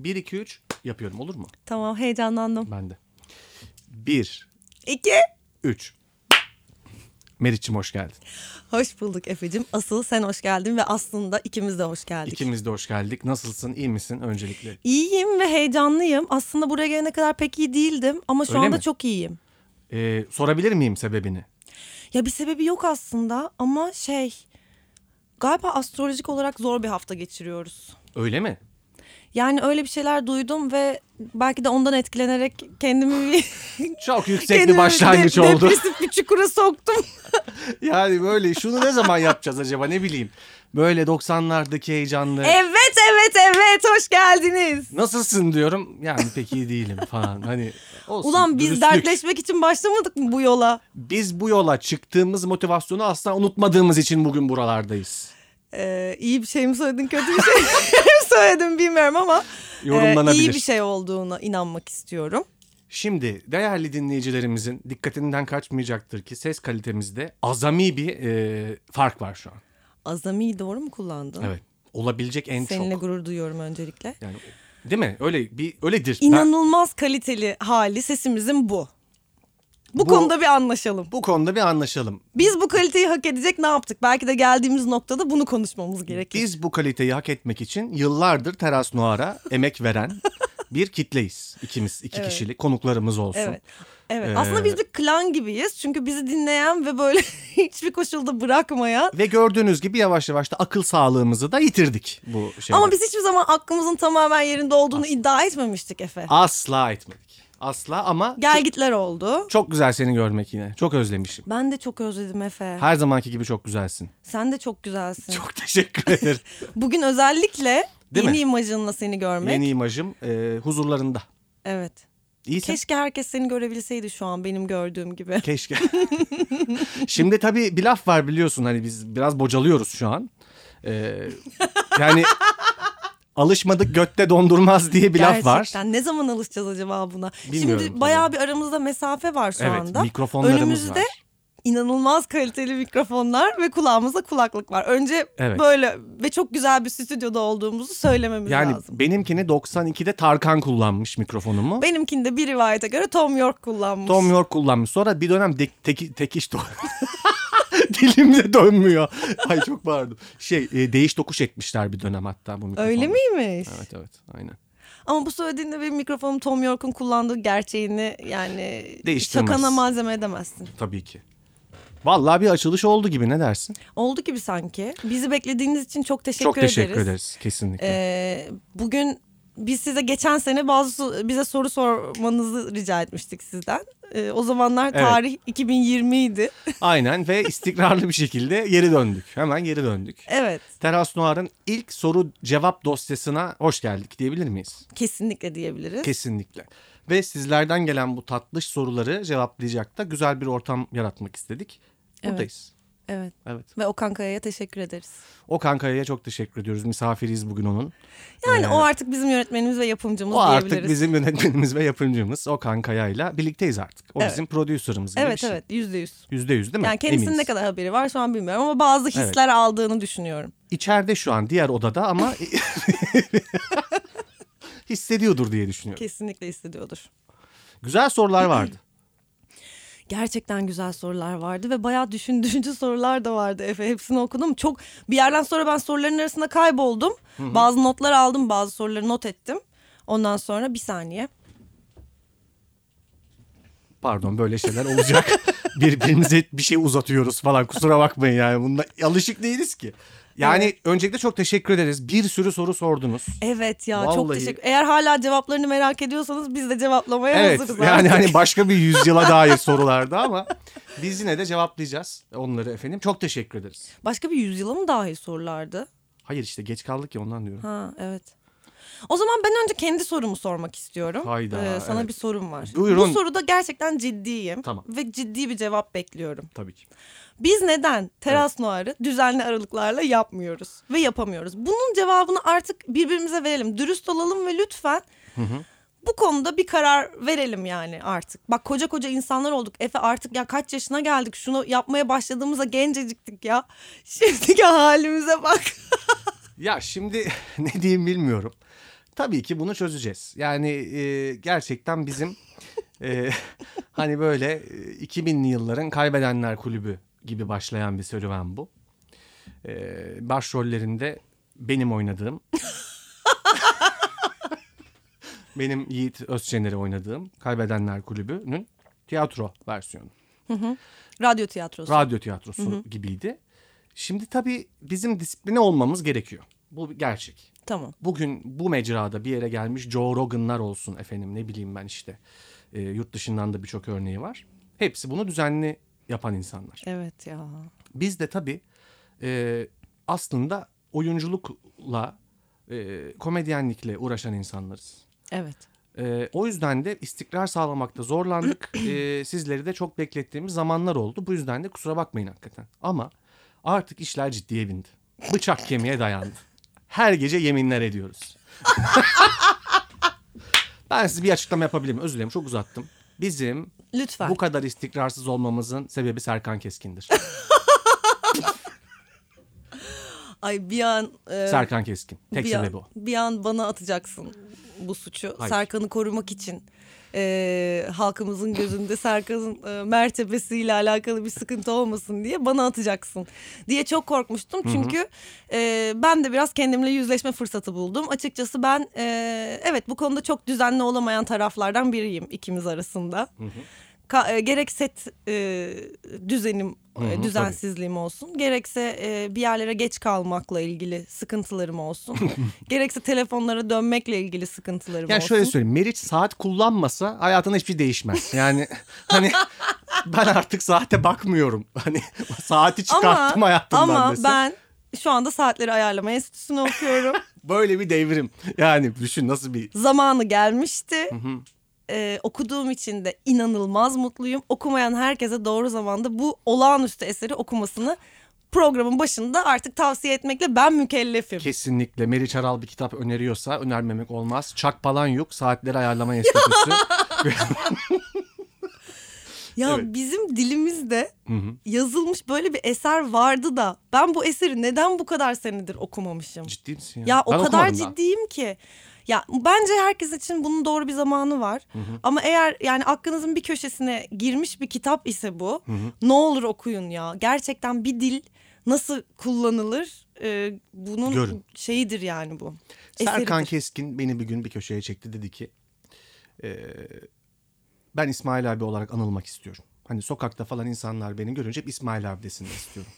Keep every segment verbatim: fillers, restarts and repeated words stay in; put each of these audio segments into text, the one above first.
bir iki üç yapıyorum, olur mu? Tamam, heyecanlandım. Ben de. bir İki üç Meriç'cim hoş geldin. Hoş bulduk Efe'cim. Asıl sen hoş geldin ve aslında ikimiz de hoş geldik. İkimiz de hoş geldik. Nasılsın? İyi misin öncelikle? İyiyim ve heyecanlıyım. Aslında buraya gelene kadar pek iyi değildim ama şu Öyle anda mi? çok iyiyim. Ee, sorabilir miyim sebebini? Ya bir sebebi yok aslında ama şey... Galiba astrolojik olarak zor bir hafta geçiriyoruz. Öyle mi? Yani öyle bir şeyler duydum ve belki de ondan etkilenerek kendimi bir... Çok yüksek bir başlangıç de, oldu. Depresif bir çukura soktum. Yani böyle şunu ne zaman yapacağız acaba, ne bileyim. Böyle doksanlardaki heyecanlı. Evet evet evet hoş geldiniz. Nasılsın diyorum. Yani pek iyi değilim falan. Hani olsun. Ulan biz dürüstlük. dertleşmek için başlamadık mı bu yola? Biz bu yola çıktığımız motivasyonu asla unutmadığımız için bugün buralardayız. Ee, iyi bir şey mi söyledin, kötü bir şey mi söyledim bilmiyorum ama Yorumlanabilir. e, iyi bir şey olduğuna inanmak istiyorum. Şimdi değerli dinleyicilerimizin dikkatinden kaçmayacaktır ki ses kalitemizde azami bir e, fark var şu an. Azami doğru mu kullandın? Evet. Olabilecek en Seninle çok. gurur duyuyorum öncelikle. Yani değil mi? Öyle bir öyledir. İnanılmaz ben... kaliteli hali sesimizin bu. Bu, bu konuda bir anlaşalım. Bu konuda bir anlaşalım. Biz bu kaliteyi hak edecek ne yaptık? Belki de geldiğimiz noktada bunu konuşmamız gerekir. Biz bu kaliteyi hak etmek için yıllardır Teras Noir'a emek veren bir kitleyiz. İkimiz, iki evet. kişilik konuklarımız olsun. Evet. Evet. Ee, Aslında biz bir klan gibiyiz. Çünkü bizi dinleyen ve böyle hiçbir koşulda bırakmayan. Ve gördüğünüz gibi yavaş yavaş da akıl sağlığımızı da yitirdik bu şeyde. Ama biz hiçbir zaman aklımızın tamamen yerinde olduğunu Asla. iddia etmemiştik Efe. Asla etmedik. Asla ama... Gelgitler çok, oldu. Çok güzel seni görmek yine. Çok özlemişim. Ben de çok özledim Efe. Her zamanki gibi çok güzelsin. Sen de çok güzelsin. Çok teşekkür ederim. Bugün özellikle Değil yeni mi? imajınla seni görmek. Yeni imajım e, huzurlarında. Evet. İyisin. Keşke herkes seni görebilseydi şu an benim gördüğüm gibi. Keşke. Şimdi tabii bir laf var biliyorsun, hani biz biraz bocalıyoruz şu an. Ee, yani... Alışmadık götte dondurmaz diye bir Gerçekten. laf var. Gerçekten ne zaman alışacağız acaba buna? Bilmiyorum. Şimdi bayağı bir aramızda mesafe var şu evet, anda. Evet, mikrofonlarımız Önümüzde var. inanılmaz kaliteli mikrofonlar ve kulağımızda kulaklık var. Önce evet. böyle ve çok güzel bir stüdyoda olduğumuzu söylememiz yani lazım. Yani benimkini doksan ikide Tarkan kullanmış mikrofonumu. Benimkini de bir rivayete göre Tom York kullanmış. Tom York kullanmış. Sonra bir dönem de, teki, tekiş do- dilimde dönmüyor. Ay çok pardon. Şey e, değiş tokuş etmişler bir dönem hatta bu mikrofonu. Öyle miymiş? Evet evet aynen. Ama bu söylediğinde benim mikrofonum Tom York'un kullandığı gerçeğini yani değiştirmez. şakana malzeme edemezsin. Tabii ki. Vallahi bir açılış oldu gibi, ne dersin? Oldu gibi sanki. Bizi beklediğiniz için çok teşekkür ederiz. Çok teşekkür ederiz. ederiz kesinlikle. Ee, bugün biz size geçen sene bazı bize soru sormanızı rica etmiştik sizden. Ee, o zamanlar tarih evet. iki bin yirmi idi. Aynen ve istikrarlı bir şekilde geri döndük. Hemen geri döndük. Evet. Teras Noir'ın ilk soru cevap dosyasına hoş geldik diyebilir miyiz? Kesinlikle diyebiliriz. Kesinlikle. Ve sizlerden gelen bu tatlış soruları cevaplayacak da güzel bir ortam yaratmak istedik. Buradayız. Evet. Evet. Evet. Ve Okan Kaya'ya teşekkür ederiz. Okan Kaya'ya çok teşekkür ediyoruz. Misafiriyiz bugün onun. Yani ee, o artık bizim yönetmenimiz ve yapımcımız o diyebiliriz. O artık bizim yönetmenimiz ve yapımcımız Okan Kaya'yla birlikteyiz artık. O evet. bizim prodüserimiz gibi evet, bir şey. Evet evet yüzde yüz. Yüzde yüz değil mi? Yani kendisinin Eminiz. ne kadar haberi var şu an bilmiyorum ama bazı hisler evet. aldığını düşünüyorum. İçeride şu an diğer odada ama hissediyordur diye düşünüyorum. Kesinlikle hissediyordur. Güzel sorular vardı. Gerçekten güzel sorular vardı ve bayağı düşündürücü sorular da vardı Efe. Hepsini okudum. Çok bir yerden sonra ben soruların arasında kayboldum. Hı hı. Bazı notlar aldım, bazı soruları not ettim. Ondan sonra bir saniye. Pardon, böyle şeyler olacak. Birbirimize bir şey uzatıyoruz falan, kusura bakmayın yani. Bunda alışık değiliz ki. Yani evet. Öncelikle çok teşekkür ederiz. Bir sürü soru sordunuz. Evet ya, vallahi. Çok teşekkür. Eğer hala cevaplarını merak ediyorsanız biz de cevaplamaya evet, hazırız. Evet yani artık. hani başka bir yüzyıla dair sorulardı ama biz yine de cevaplayacağız onları efendim. Çok teşekkür ederiz. Başka bir yüzyıla mı dair sorulardı? Hayır işte geç kaldık ya, ondan diyorum. Ha evet. O zaman ben önce kendi sorumu sormak istiyorum. Hayda. Ee, sana evet. bir sorum var. Buyurun. Bu soruda gerçekten ciddiyim. Tamam. Ve ciddi bir cevap bekliyorum. Tabii ki. Biz neden Teras evet. Noir'ı düzenli aralıklarla yapmıyoruz ve yapamıyoruz? Bunun cevabını artık birbirimize verelim. Dürüst olalım ve lütfen hı hı. bu konuda bir karar verelim yani artık. Bak koca koca insanlar olduk. Efe artık ya kaç yaşına geldik? Şunu yapmaya başladığımızda genceciktik ya. Şimdiki halimize bak. Ya şimdi ne diyeyim bilmiyorum. tabii ki bunu çözeceğiz. Yani e, gerçekten bizim e, hani böyle e, iki binli yılların Kaybedenler Kulübü gibi başlayan bir serüven bu. E, başrollerinde benim oynadığım, benim Yiğit Özçener'i oynadığım Kaybedenler Kulübü'nün tiyatro versiyonu. Hı hı. Radyo tiyatrosu. Radyo tiyatrosu hı hı. gibiydi. Şimdi tabii bizim disipline olmamız gerekiyor. Bu bir gerçek. Tamam. Bugün bu mecrada bir yere gelmiş Joe Rogan'lar olsun efendim, ne bileyim ben işte. E, yurt dışından da birçok örneği var. Hepsi bunu düzenli yapan insanlar. Evet ya. Biz de tabii e, aslında oyunculukla, e, komedyenlikle uğraşan insanlarız. Evet. E, o yüzden de istikrar sağlamakta zorlandık. e, sizleri de çok beklettiğimiz zamanlar oldu. Bu yüzden de kusura bakmayın hakikaten. Ama artık işler ciddiye bindi. Bıçak kemiğe dayandı. Her gece yeminler ediyoruz. Ben size bir açıklama yapabilirim. Özür dilerim, çok uzattım. Bizim Lütfen. bu kadar istikrarsız olmamızın sebebi Serkan Keskin'dir. Ay bir an... E, Serkan Keskin. Tek bir sebebi an, o. Bir an bana atacaksın bu suçu. Hayır. Serkan'ı korumak için. E, halkımızın gözünde Serkan'ın e, mertebesiyle alakalı bir sıkıntı olmasın diye bana atacaksın diye çok korkmuştum. Çünkü e, ben de biraz kendimle yüzleşme fırsatı buldum. Açıkçası ben e, evet bu konuda çok düzenli olamayan taraflardan biriyim ikimiz arasında. Hı hı. Ka- e, gerek set e, düzenim, hı hı, düzensizliğim tabii. olsun. Gerekse e, bir yerlere geç kalmakla ilgili sıkıntılarım olsun. Gerekse telefonlara dönmekle ilgili sıkıntılarım yani olsun. Şöyle söyleyeyim, Meriç saat kullanmasa hayatında hiçbir şey değişmez. Yani hani ben artık saate bakmıyorum. Hani saati çıkarttım ama, hayatımdan ama dese. Ama ben şu anda saatleri ayarlama enstitüsünü okuyorum. Böyle bir devrim. Yani düşün nasıl bir... Zamanı gelmişti. Hı hı. Ee, okuduğum için de inanılmaz mutluyum. Okumayan herkese doğru zamanda bu olağanüstü eseri okumasını programın başında artık tavsiye etmekle ben mükellefim. Kesinlikle. Meriç Aral bir kitap öneriyorsa önermemek olmaz. Çak Palahniuk Saatleri Ayarlama Enstitüsü. Ya evet. Bizim dilimizde hı hı. yazılmış böyle bir eser vardı da ben bu eseri neden bu kadar senedir okumamışım? Ciddi misin ya? Ya o ben kadar ciddiyim daha. ki. Ya bence herkes için bunun doğru bir zamanı var. Hı hı. Ama eğer yani aklınızın bir köşesine girmiş bir kitap ise bu, hı hı. ne olur okuyun ya. Gerçekten bir dil nasıl kullanılır? Ee, bunun Görün. şeyidir yani bu. Serkan Eseridir. Keskin beni bir gün bir köşeye çekti, dedi ki e, ben İsmail abi olarak anılmak istiyorum. Hani sokakta falan insanlar beni görünce hep İsmail abi desinler istiyorum.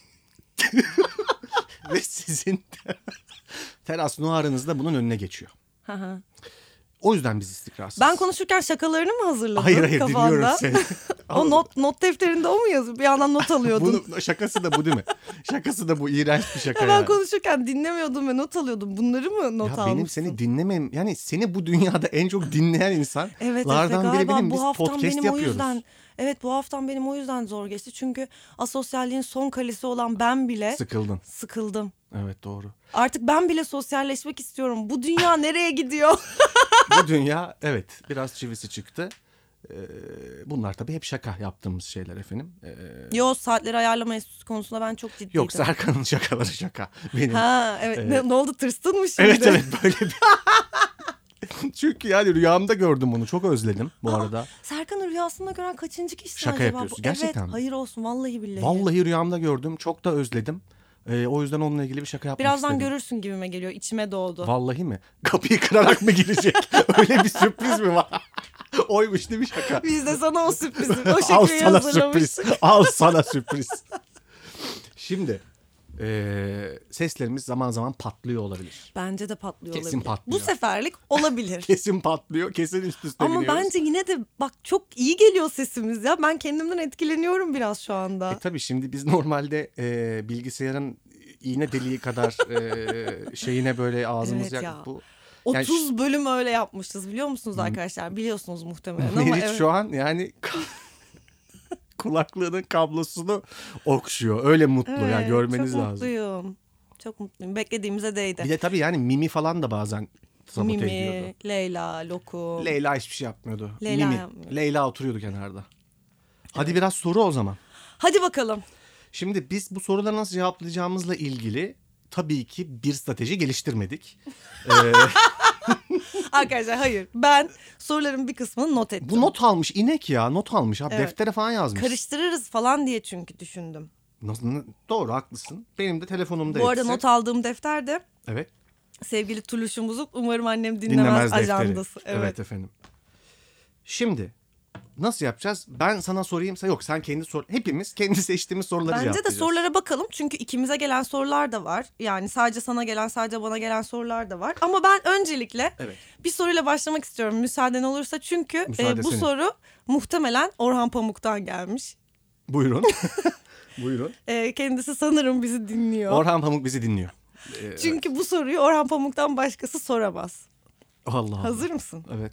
Ve sizin Teras Noir'ınız da bunun önüne geçiyor. Hı hı. O yüzden biz istikrarsız. Ben konuşurken şakalarını mı hazırladın hayır, hayır, kafanda? Hayır hayır dinliyorum seni. O not, not defterinde o mu yazıyor? Bir yandan not alıyordun. Bunu, şakası da bu değil mi? Şakası da bu, iğrenç bir şaka. Ben yani. konuşurken dinlemiyordum ve not alıyordum. Bunları mı not almışsın? Ya benim seni dinlemem, yani seni bu dünyada en çok dinleyen insanlardan evet, biri benim. Biz podcast benim yapıyoruz. O yüzden, evet bu haftam benim o yüzden zor geçti. Çünkü asosyalliğin son kalesi olan ben bile sıkıldın. Sıkıldım. Evet doğru. Artık ben bile sosyalleşmek istiyorum. Bu dünya nereye gidiyor? Bu dünya evet biraz çivisi çıktı. Ee, bunlar tabii hep şaka yaptığımız şeyler efendim. Ee, Yo saatleri ayarlama enstitüsü konusunda ben çok ciddiydim. Yok Serkan'ın şakaları şaka. Benim, ha evet e... ne, ne oldu, tırstın mı şimdi? Evet evet böyle bir... Çünkü yani rüyamda gördüm bunu, çok özledim bu Aa, arada. Serkan'ı rüyasında gören kaçıncı kişi şaka acaba? Yapıyorsun bu? gerçekten evet, mi? Hayır olsun vallahi billahi. Vallahi rüyamda gördüm, çok da özledim. Ee, o yüzden onunla ilgili bir şaka yapmak Birazdan istedim. Birazdan görürsün gibime geliyor, içime doğdu. Vallahi mi? Kapıyı kırarak mı girecek? Öyle bir sürpriz mi var? Oymuş değil mi şaka? Biz de sana o sürprizi, o şakayı Al sana hazırlamıştık. sürpriz. Al sana sürpriz. Şimdi e, seslerimiz zaman zaman patlıyor olabilir. Bence de patlıyor Kesin olabilir. patlıyor. Bu seferlik olabilir. Kesin patlıyor. Kesin üst üste Ama biniyoruz. bence yine de bak çok iyi geliyor sesimiz ya. Ben kendimden etkileniyorum biraz şu anda. E tabii şimdi biz normalde e, bilgisayarın iğne deliği kadar e, şeyine böyle ağzımız evet yak ya. bu. otuz yani bölüm öyle yapmışız biliyor musunuz arkadaşlar? Biliyorsunuz muhtemelen ama Meriç evet. şu an yani kulaklığının kablosunu okşuyor. Öyle mutlu evet, yani görmeniz çok lazım. Çok mutluyum. Çok mutluyum. Beklediğimize değdi. Bir de tabii yani Mimi falan da bazen sabote Mimi, ediyordu. Mimi, Leyla, Lokum. Leyla hiçbir şey yapmıyordu. Leyla Mimi, yapmıyor. Leyla oturuyordu kenarda. Evet. Hadi biraz soru o zaman. Hadi bakalım. Şimdi biz bu soruları nasıl cevaplayacağımızla ilgili tabii ki bir strateji geliştirmedik. ee, Arkadaşlar hayır. Ben soruların bir kısmını not ettim. Bu not almış inek ya. Not almış. Abi, Evet. deftere falan yazmış. Karıştırırız falan diye çünkü düşündüm. Nasıl, doğru haklısın. Benim de telefonumda Bu arada hepsi. not aldığım defterde Evet. sevgili Tuluş'umuzun umarım annem dinlemez, Dinlemez defteri. ajandası. Evet. Evet. efendim. Şimdi nasıl yapacağız? Ben sana sorayım. Sen yok sen kendi sor. Hepimiz kendi seçtiğimiz soruları Bence de cevaplayacağız. sorulara bakalım çünkü ikimize gelen sorular da var. Yani sadece sana gelen, sadece bana gelen sorular da var. Ama ben öncelikle Evet. bir soruyla başlamak istiyorum müsaaden olursa. Çünkü Müsaade e, bu senin. soru muhtemelen Orhan Pamuk'tan gelmiş. Buyurun. Buyurun. E, kendisi sanırım bizi dinliyor. Orhan Pamuk bizi dinliyor. Ee, Çünkü bu soruyu Orhan Pamuk'tan başkası soramaz. Allah Allah. Hazır mısın? Evet.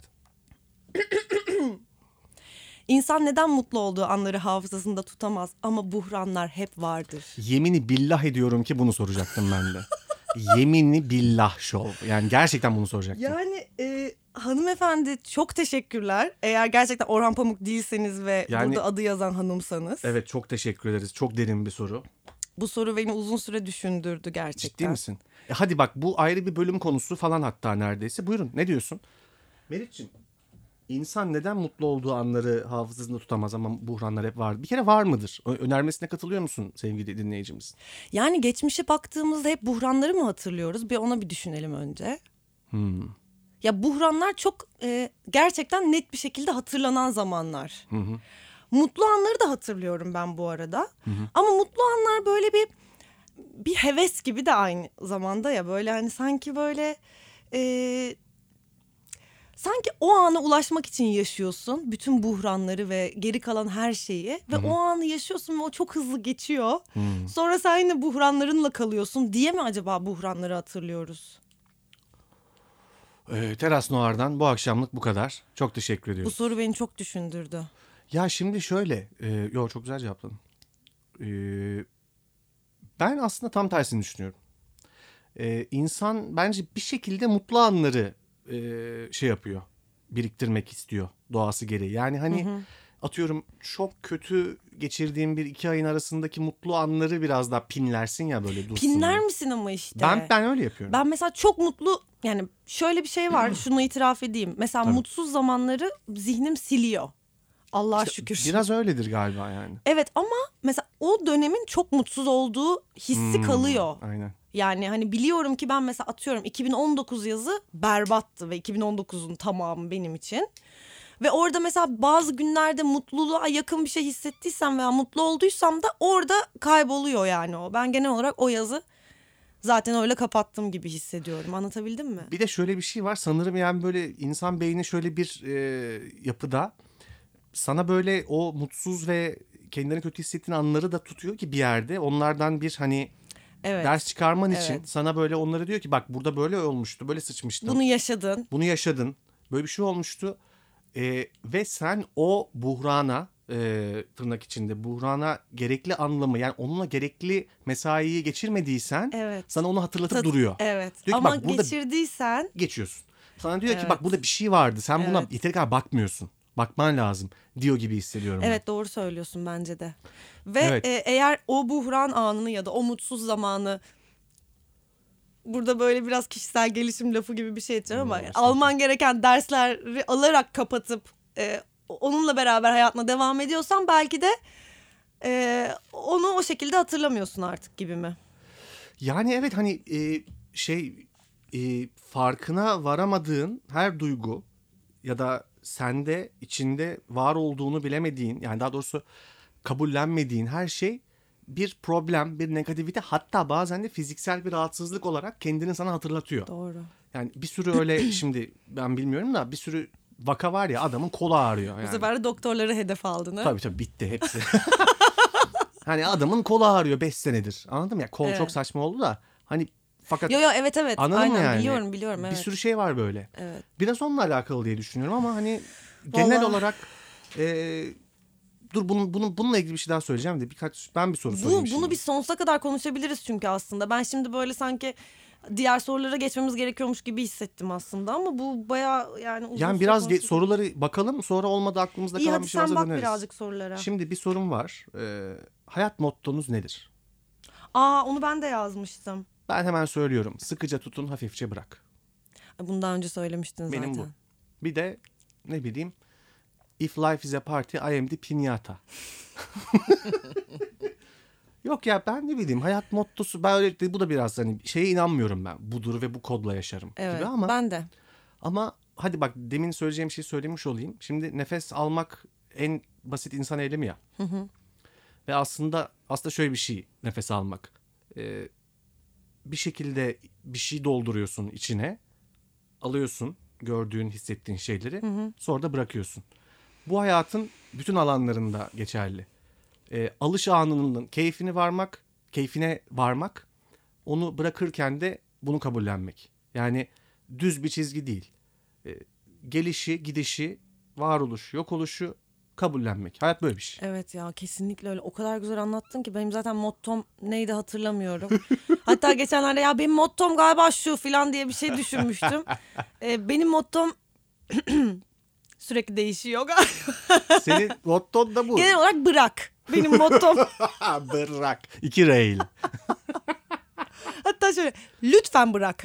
İnsan neden mutlu olduğu anları hafızasında tutamaz ama buhranlar hep vardır. Yemini billah ediyorum ki bunu soracaktım ben de. Yemini billah şov. Yani gerçekten bunu soracaktım. Yani e, hanımefendi çok teşekkürler. Eğer gerçekten Orhan Pamuk değilseniz ve Yani- burada adı yazan hanımsanız. Evet çok teşekkür ederiz. Çok derin bir soru. Bu soru beni uzun süre düşündürdü gerçekten. Ciddi misin? E hadi bak bu ayrı bir bölüm konusu falan hatta neredeyse. Buyurun ne diyorsun? Meriç'ciğim insan neden mutlu olduğu anları hafızasında tutamaz ama buhranlar hep var. Bir kere var mıdır? Ö- Önermesine katılıyor musun sevgili dinleyicimiz? Yani geçmişe baktığımızda hep buhranları mı hatırlıyoruz? Bir ona bir düşünelim önce. Hmm. Ya buhranlar çok e, gerçekten net bir şekilde hatırlanan zamanlar. Hı hı. Mutlu anları da hatırlıyorum ben bu arada. Ama mutlu anlar böyle bir bir heves gibi de aynı zamanda ya böyle hani sanki böyle e, sanki o ana ulaşmak için yaşıyorsun bütün buhranları ve geri kalan her şeyi ve o anı yaşıyorsun ve o çok hızlı geçiyor. Sonra sen yine buhranlarınla kalıyorsun diye mi acaba buhranları hatırlıyoruz? Ee, Teras Noir'dan bu akşamlık bu kadar. Çok teşekkür Bu ediyoruz. soru beni çok düşündürdü. Ya şimdi şöyle. E, yo çok güzel cevapladın. E, ben aslında tam tersini düşünüyorum. E, insan bence bir şekilde mutlu anları e, şey yapıyor. Biriktirmek istiyor doğası gereği. Yani hani atıyorum çok kötü geçirdiğim bir iki ayın arasındaki mutlu anları biraz daha pinlersin ya böyle dursun. Pinler diye. misin ama işte? Ben, ben öyle yapıyorum. Ben mesela çok mutlu yani şöyle bir şey var şunu itiraf edeyim. Mesela Tabii. mutsuz zamanları zihnim siliyor. Allah'a İşte şükür. Biraz öyledir galiba yani. Evet ama mesela o dönemin çok mutsuz olduğu hissi Hmm, kalıyor. Aynen. Yani hani biliyorum ki ben mesela atıyorum iki bin on dokuz yazı berbattı ve iki bin on dokuzun tamamı benim için. Ve orada mesela bazı günlerde mutluluğa yakın bir şey hissettiysem veya mutlu olduysam da orada kayboluyor yani o. Ben genel olarak o yazı zaten öyle kapattım gibi hissediyorum. Anlatabildim mi? Bir de şöyle bir şey var sanırım yani böyle insan beyni şöyle bir e, yapıda sana böyle o mutsuz ve kendini kötü hissettiğin anları da tutuyor ki bir yerde onlardan bir hani Evet. ders çıkarman için Evet. sana böyle onları diyor ki bak burada böyle olmuştu böyle sıçmıştın Bunu yaşadın. bunu yaşadın böyle bir şey olmuştu. E, ve sen o buhrana e, tırnak içinde buhrana gerekli anlamı yani onunla gerekli mesaiyi geçirmediysen Evet. sana onu hatırlatıp Tat- duruyor. Evet. Diyor ki Ama bak burada geçirdiysen geçiyorsun. Sana diyor ki Evet. bak burada bir şey vardı. Sen buna Evet. yeteri kadar bakmıyorsun. Bakman lazım diyor gibi hissediyorum. evet doğru söylüyorsun bence de. Ve Evet. e, eğer o buhran anını ya da o mutsuz zamanı burada böyle biraz kişisel gelişim lafı gibi bir şey edeceğim ama Yo, alman gereken dersleri alarak kapatıp e, onunla beraber hayatına devam ediyorsan belki de e, onu o şekilde hatırlamıyorsun artık gibi mi? Ben. Yani evet hani e, şey e, farkına varamadığın her duygu ya da sende içinde var olduğunu bilemediğin yani daha doğrusu kabullenmediğin her şey bir problem, bir negativite hatta bazen de fiziksel bir rahatsızlık olarak kendini sana hatırlatıyor. Doğru. Yani bir sürü öyle şimdi ben bilmiyorum da bir sürü vaka var ya adamın kolu ağrıyor. Bu Yani. sefer de doktorları hedef aldın ha? Tabii tabii bitti hepsi. Hani adamın kolu ağrıyor beş senedir. Anladın mı ya? Kol Evet. çok saçma oldu da hani fakat Yo yo evet evet. anladın Aynen mı yani? biliyorum biliyorum evet. Bir sürü şey var böyle. Evet. Biraz onunla alakalı diye düşünüyorum ama hani genel Vallahi- olarak e, dur bunun, bunun bununla ilgili bir şey daha söyleyeceğim de birkaç ben bir soru Bu, sorayım bunu şimdi. biz sonsuza kadar konuşabiliriz çünkü aslında. Ben şimdi böyle sanki diğer sorulara geçmemiz gerekiyormuş gibi hissettim aslında ama bu bayağı yani uzun Yani süre biraz ge- konuşulur. soruları bakalım sonra olmadı aklımızda İyi kalan hadi bir şey sen varsa bak döneriz. birazcık sorulara. Şimdi bir sorum var. E, hayat mottonuz nedir? Aa onu ben de yazmıştım. Ben hemen söylüyorum. Sıkıca tutun, hafifçe bırak. Bundan önce söylemiştin zaten. Benim bu. Bir de ne bileyim, if life is a party, I am the piñata. Yok ya, ben ne bileyim, hayat mottosu, ben öyle, bu da biraz hani şeye inanmıyorum ben. Budur ve bu kodla yaşarım Evet, gibi ama. ben de. Ama hadi bak, demin söyleyeceğim şeyi söylemiş olayım. Şimdi nefes almak en basit insan eylemi ya. Hı hı. Ve aslında aslında şöyle bir şey nefes almak. Ee, bir şekilde bir şey dolduruyorsun içine. Alıyorsun gördüğün, hissettiğin şeyleri. Hı hı. Sonra da bırakıyorsun. Bu hayatın bütün alanlarında geçerli. Ee, alış anının keyfini varmak, keyfine varmak. Onu bırakırken de bunu kabullenmek. Yani düz bir çizgi değil. Ee, gelişi, gidişi, varoluş, yok oluşu kabullenmek. Hayat böyle bir şey. Evet ya, kesinlikle öyle. O kadar güzel anlattın ki benim zaten mottom neydi hatırlamıyorum. Hatta geçenlerde ya benim mottom galiba şu falan diye bir şey düşünmüştüm. Ee, benim mottom sürekli değişiyor galiba. Senin motton da bu. Genel olarak bırak. Benim mottom. Bırak. İki reyle. Hatta şöyle, lütfen bırak.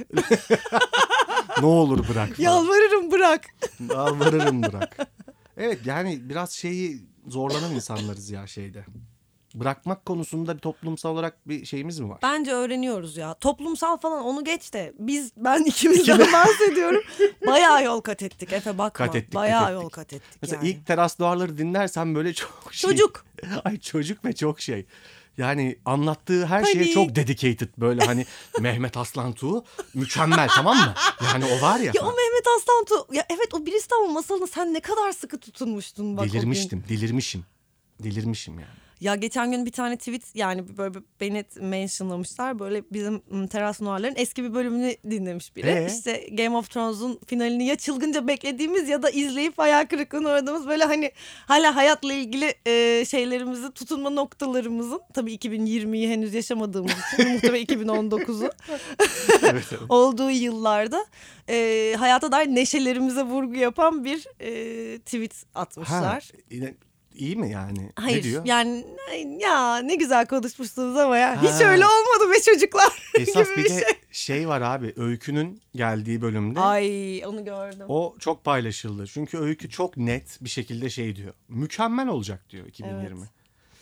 Ne olur bırak falan. Yalvarırım bırak. Yalvarırım bırak. Evet, yani biraz şeyi zorlanan insanlarız ya şeyde. Bırakmak konusunda bir toplumsal olarak bir şeyimiz mi var? Bence öğreniyoruz ya. Toplumsal falan onu geç de biz, ben ikimizden bahsediyorum. Bayağı yol kat ettik Efe, bakma. Kat ettik, Bayağı kat ettik. yol kat ettik Mesela yani. ilk Teras Duvarları dinlersen böyle çok şey. Çocuk. Ay çocuk ve çok şey. Yani anlattığı her şeye Hani- çok dedicated, böyle hani Mehmet Aslan Tuğ mükemmel, tamam mı? Yani o var ya. Ya o Mehmet Aslan Tu- ya evet, o Bir İstanbul Masalı'na sen ne kadar sıkı tutunmuştun bak o gün. Delirmiştim, delirmişim. Delirmişim yani. Ya geçen gün bir tane tweet, yani böyle beni mentionlamışlar. Böyle bizim m, Teras Noir'ların eski bir bölümünü dinlemiş biri. Ee? İşte Game of Thrones'un finalini ya çılgınca beklediğimiz ya da izleyip hayal kırıklığına uğradığımız, böyle hani hala hayatla ilgili e, şeylerimizi, tutunma noktalarımızın, tabii iki bin yirmiyi henüz yaşamadığımız için muhtemelen iki bin on dokuzu Evet, evet. olduğu yıllarda e, hayata dair neşelerimize vurgu yapan bir e, tweet atmışlar. Ha, yine- iyi mi yani? Hayır Ne diyor? yani ya ne güzel konuşmuşsunuz ama ya hiç Ha. öyle olmadı be çocuklar Esas gibi bir bir de şey. şey var abi, Öykü'nün geldiği bölümde. Ay onu gördüm. O çok paylaşıldı. Çünkü Öykü çok net bir şekilde şey diyor. Mükemmel olacak diyor iki bin yirmi. Evet.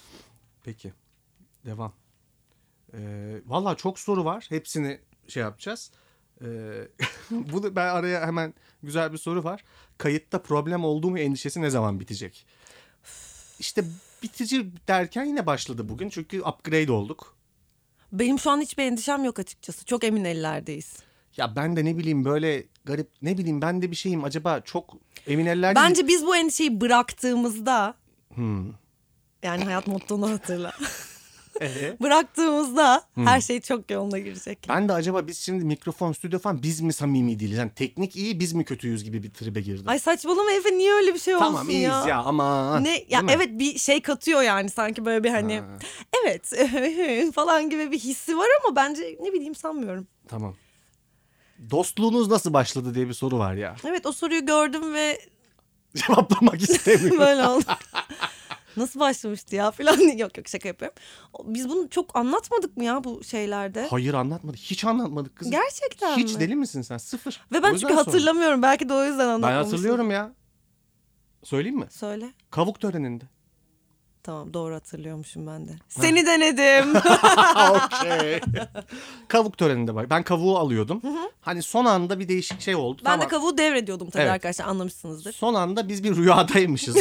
Peki. Devam. Ee, Valla çok soru var. Hepsini şey yapacağız. Ee, bunu ben araya hemen güzel bir soru var. Kayıtta problem olduğu mu endişesi ne zaman bitecek? İşte bitici derken yine başladı bugün. Çünkü upgrade olduk. Benim şu an hiçbir endişem yok açıkçası. Çok emin ellerdeyiz. Ya ben de ne bileyim, böyle garip, ne bileyim, ben de bir şeyim acaba, çok emin ellerde. Bence biz bu endişeyi bıraktığımızda, Hmm. yani hayat mottonu hatırla. Ee? Bıraktığımızda her şey çok yoluna girecek. Ben de acaba biz şimdi mikrofon, stüdyo falan, biz mi samimi değiliz? Yani teknik iyi, biz mi kötüyüz gibi bir tribe girdim. Ay saçmalama Efe, niye öyle bir şey olsun Tamam iyiyiz ya, ya? aman. Ne ya, evet bir şey katıyor yani, sanki böyle bir hani Ha. evet falan gibi bir hissi var ama bence ne bileyim, sanmıyorum. Tamam. Dostluğunuz nasıl başladı diye bir soru var ya. Evet, o soruyu gördüm ve Cevaplamak istemiyorum. böyle oldu. Nasıl başlamıştı ya falan. Yok yok, şaka yapıyorum. Biz bunu çok anlatmadık mı ya bu şeylerde? Hayır, anlatmadık. Hiç anlatmadık kızım. Gerçekten Hiç mi? deli misin sen? Sıfır. Ve O ben yüzden çünkü sordum. hatırlamıyorum. Belki de o yüzden Ben anlatmamışım. hatırlıyorum ya. Söyleyeyim mi? Söyle. Kavuk töreninde. Tamam, doğru hatırlıyormuşum ben de. Seni denedim. Okey. Kavuk töreninde bak. Ben kavuğu alıyordum. Hani son anda bir değişik şey oldu. Ben Tamam. de kavuğu devrediyordum tabii Evet. arkadaşlar, anlamışsınızdır. Son anda biz bir rüyadaymışız.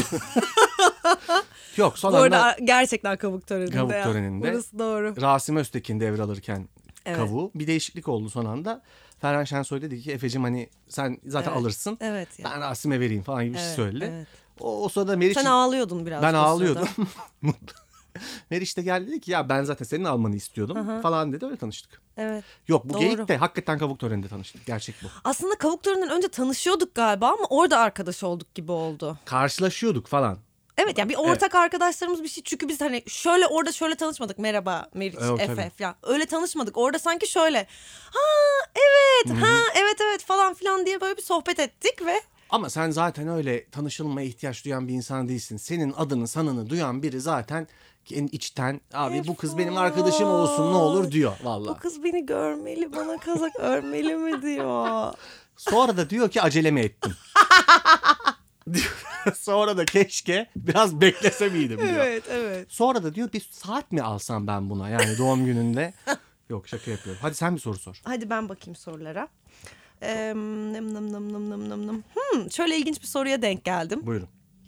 Yok, son Bu anda arada gerçekten kavuk töreninde. Kavuk ya. töreninde. Burası doğru. Rasim Öztekin devralırken Evet. kavuğu. Bir değişiklik oldu son anda. Ferhan Şensoy dedi ki Efe'cim hani sen zaten Evet. alırsın. Evet ya. Ben Rasim'e vereyim falan gibi bir şey Evet, söyledi. evet. O, o sırada Meriç, Sen ağlıyordun biraz. ben o ağlıyordum. sırada. Meriç de geldi dedi ki ya ben zaten senin almanı istiyordum Hı hı. falan dedi, öyle tanıştık. Evet. Yok bu Doğru. geyik de hakikaten kavuk töreninde tanıştık. Gerçek bu. Aslında kavuk töreninden önce tanışıyorduk galiba ama orada arkadaş olduk gibi oldu. Karşılaşıyorduk falan. Evet, yani bir ortak arkadaşlarımız bir şey. Çünkü biz hani şöyle orada şöyle tanışmadık. Merhaba Meriç, Evet, Efe tabii. falan. Öyle tanışmadık. Orada sanki şöyle ha evet ha evet evet falan filan diye böyle bir sohbet ettik ve Ama sen zaten öyle tanışılmaya ihtiyaç duyan bir insan değilsin. Senin adını sanını duyan biri zaten en içten abi bu kız benim arkadaşım olsun ne olur diyor bu vallahi. kız beni görmeli, bana kazak örmeli mi diyor. Sonra da diyor ki acele mi ettim? Sonra da keşke biraz beklese miydim diyor. Evet, evet. Sonra da diyor bir saat mi alsam ben buna yani doğum gününde? Yok, şaka yapıyorum. Hadi sen bir soru sor. Hadi ben bakayım sorulara. Ee, nım nım nım nım nım nım nım. Hmm, şöyle ilginç bir soruya denk geldim. Buyurun.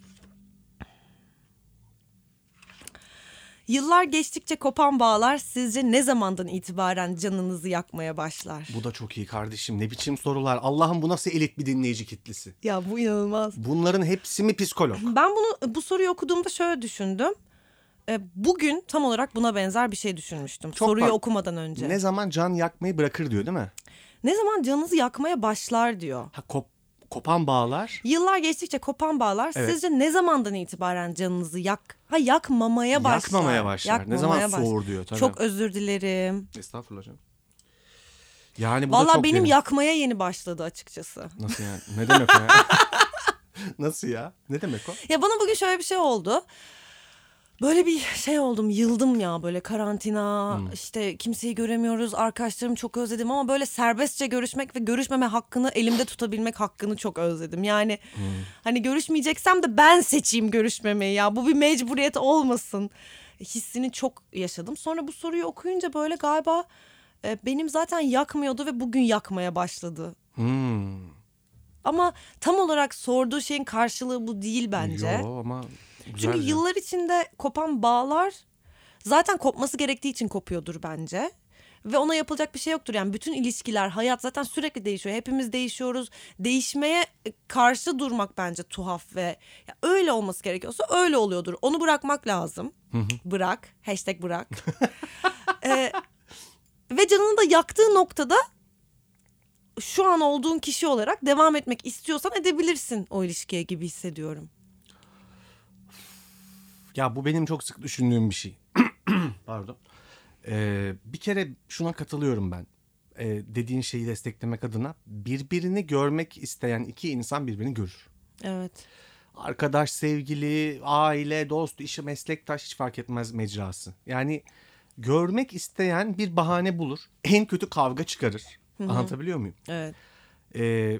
Yıllar geçtikçe kopan bağlar sizce ne zamandan itibaren canınızı yakmaya başlar? Bu da çok iyi kardeşim. Ne biçim sorular. Allah'ım, bu nasıl elit bir dinleyici kitlesi. Ya bu inanılmaz. Bunların hepsi mi psikolog? Ben bunu bu soruyu okuduğumda şöyle düşündüm. Ee, bugün tam olarak buna benzer bir şey düşünmüştüm. Çok Soruyu bak- okumadan önce. Ne zaman can yakmayı bırakır diyor değil mi? Ne zaman canınızı yakmaya başlar diyor. Ha, kop, kopan bağlar. Yıllar geçtikçe kopan bağlar Evet. sizce ne zamandan itibaren canınızı yak ha yakmamaya başlar? Yakmamaya başlar. Ne zaman soğur diyor tabii. Çok özür dilerim. Estağfurullah canım. Yani bu da Vallahi çok benim derin. yakmaya yeni başladı açıkçası. Nasıl yani? Ne demek o ya? Nasıl ya? Ne demek o? Ya bana bugün şöyle bir şey oldu. Böyle bir şey oldum, yıldım ya, böyle karantina, Hmm. işte kimseyi göremiyoruz, arkadaşlarımı çok özledim ama böyle serbestçe görüşmek ve görüşmeme hakkını elimde tutabilmek hakkını çok özledim. Yani Hmm. hani görüşmeyeceksem de ben seçeyim görüşmemeyi, ya bu bir mecburiyet olmasın hissini çok yaşadım. Sonra bu soruyu okuyunca böyle galiba e, benim zaten yakmıyordu ve bugün yakmaya başladı. Hmm. Ama tam olarak sorduğu şeyin karşılığı bu değil bence. Yo ama güzel. Çünkü canım. yıllar içinde kopan bağlar zaten kopması gerektiği için kopuyordur bence. Ve ona yapılacak bir şey yoktur. Yani bütün ilişkiler, hayat zaten sürekli değişiyor. Hepimiz değişiyoruz. Değişmeye karşı durmak bence tuhaf ve ya öyle olması gerekiyorsa öyle oluyordur. Onu bırakmak lazım. Hı hı. Bırak. Hashtag bırak. ee, ve canını da yaktığı noktada şu an olduğun kişi olarak devam etmek istiyorsan edebilirsin o ilişkiye gibi hissediyorum. Ya bu benim çok sık düşündüğüm bir şey. Pardon. Ee, bir kere şuna katılıyorum ben. Ee, dediğin şeyi desteklemek adına birbirini görmek isteyen iki insan birbirini görür. Evet. Arkadaş, sevgili, aile, dost, iş, meslektaş hiç fark etmez mecrası. Yani görmek isteyen bir bahane bulur. En kötü kavga çıkarır. Hı hı. Anlatabiliyor muyum? Evet. Ee,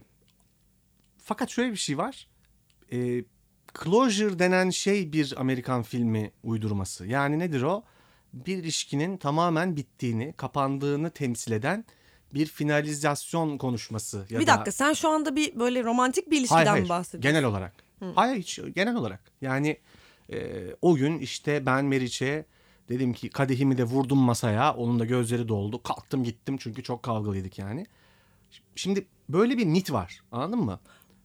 fakat şöyle bir şey var. Ee, Closure denen şey bir Amerikan filmi uydurması. Yani nedir o? Bir ilişkinin tamamen bittiğini, kapandığını temsil eden bir finalizasyon konuşması. Ya Bir da... dakika, sen şu anda bir böyle romantik bir ilişkiden Hayır, mi hayır. bahsediyorsun? Genel olarak. Hı. Hayır, hiç genel olarak. Yani e, o gün işte ben Meriç'e dedim ki kadehimi de vurdum masaya. Onun da gözleri doldu. Kalktım gittim çünkü çok kavgalıydık yani. Şimdi böyle bir mit var, anladın mı?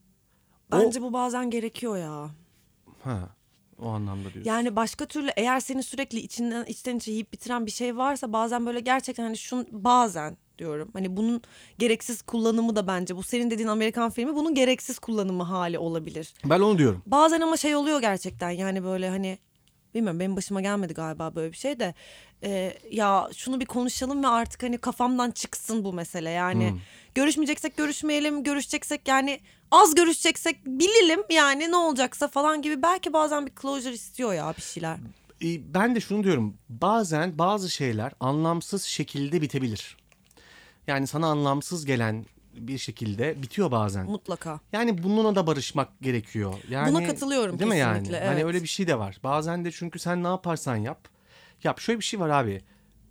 Bence bu bazen gerekiyor ya. Ha, o anlamda diyorsun. Yani başka türlü eğer seni sürekli içinden içten içe yiyip bitiren bir şey varsa bazen böyle gerçekten hani şun bazen diyorum. Hani bunun gereksiz kullanımı da bence bu senin dediğin Amerikan filmi bunun gereksiz kullanımı hali olabilir. Ben onu diyorum. Bazen ama şey oluyor gerçekten yani böyle hani bilmiyorum benim başıma gelmedi galiba böyle bir şey de e, ya şunu bir konuşalım ve artık hani kafamdan çıksın bu mesele yani Hmm. görüşmeyeceksek görüşmeyelim, görüşeceksek yani az görüşeceksek bilelim yani ne olacaksa falan gibi belki bazen bir closure istiyor ya bir şeyler. E, Ben de şunu diyorum. Bazen bazı şeyler anlamsız şekilde bitebilir. Yani sana anlamsız gelen bir şekilde bitiyor bazen. Mutlaka. Yani bununla da barışmak gerekiyor. Yani, Buna katılıyorum değil mi yani? kesinlikle, Hani evet. öyle bir şey de var. Bazen de çünkü sen ne yaparsan yap. Yap şöyle bir şey var abi.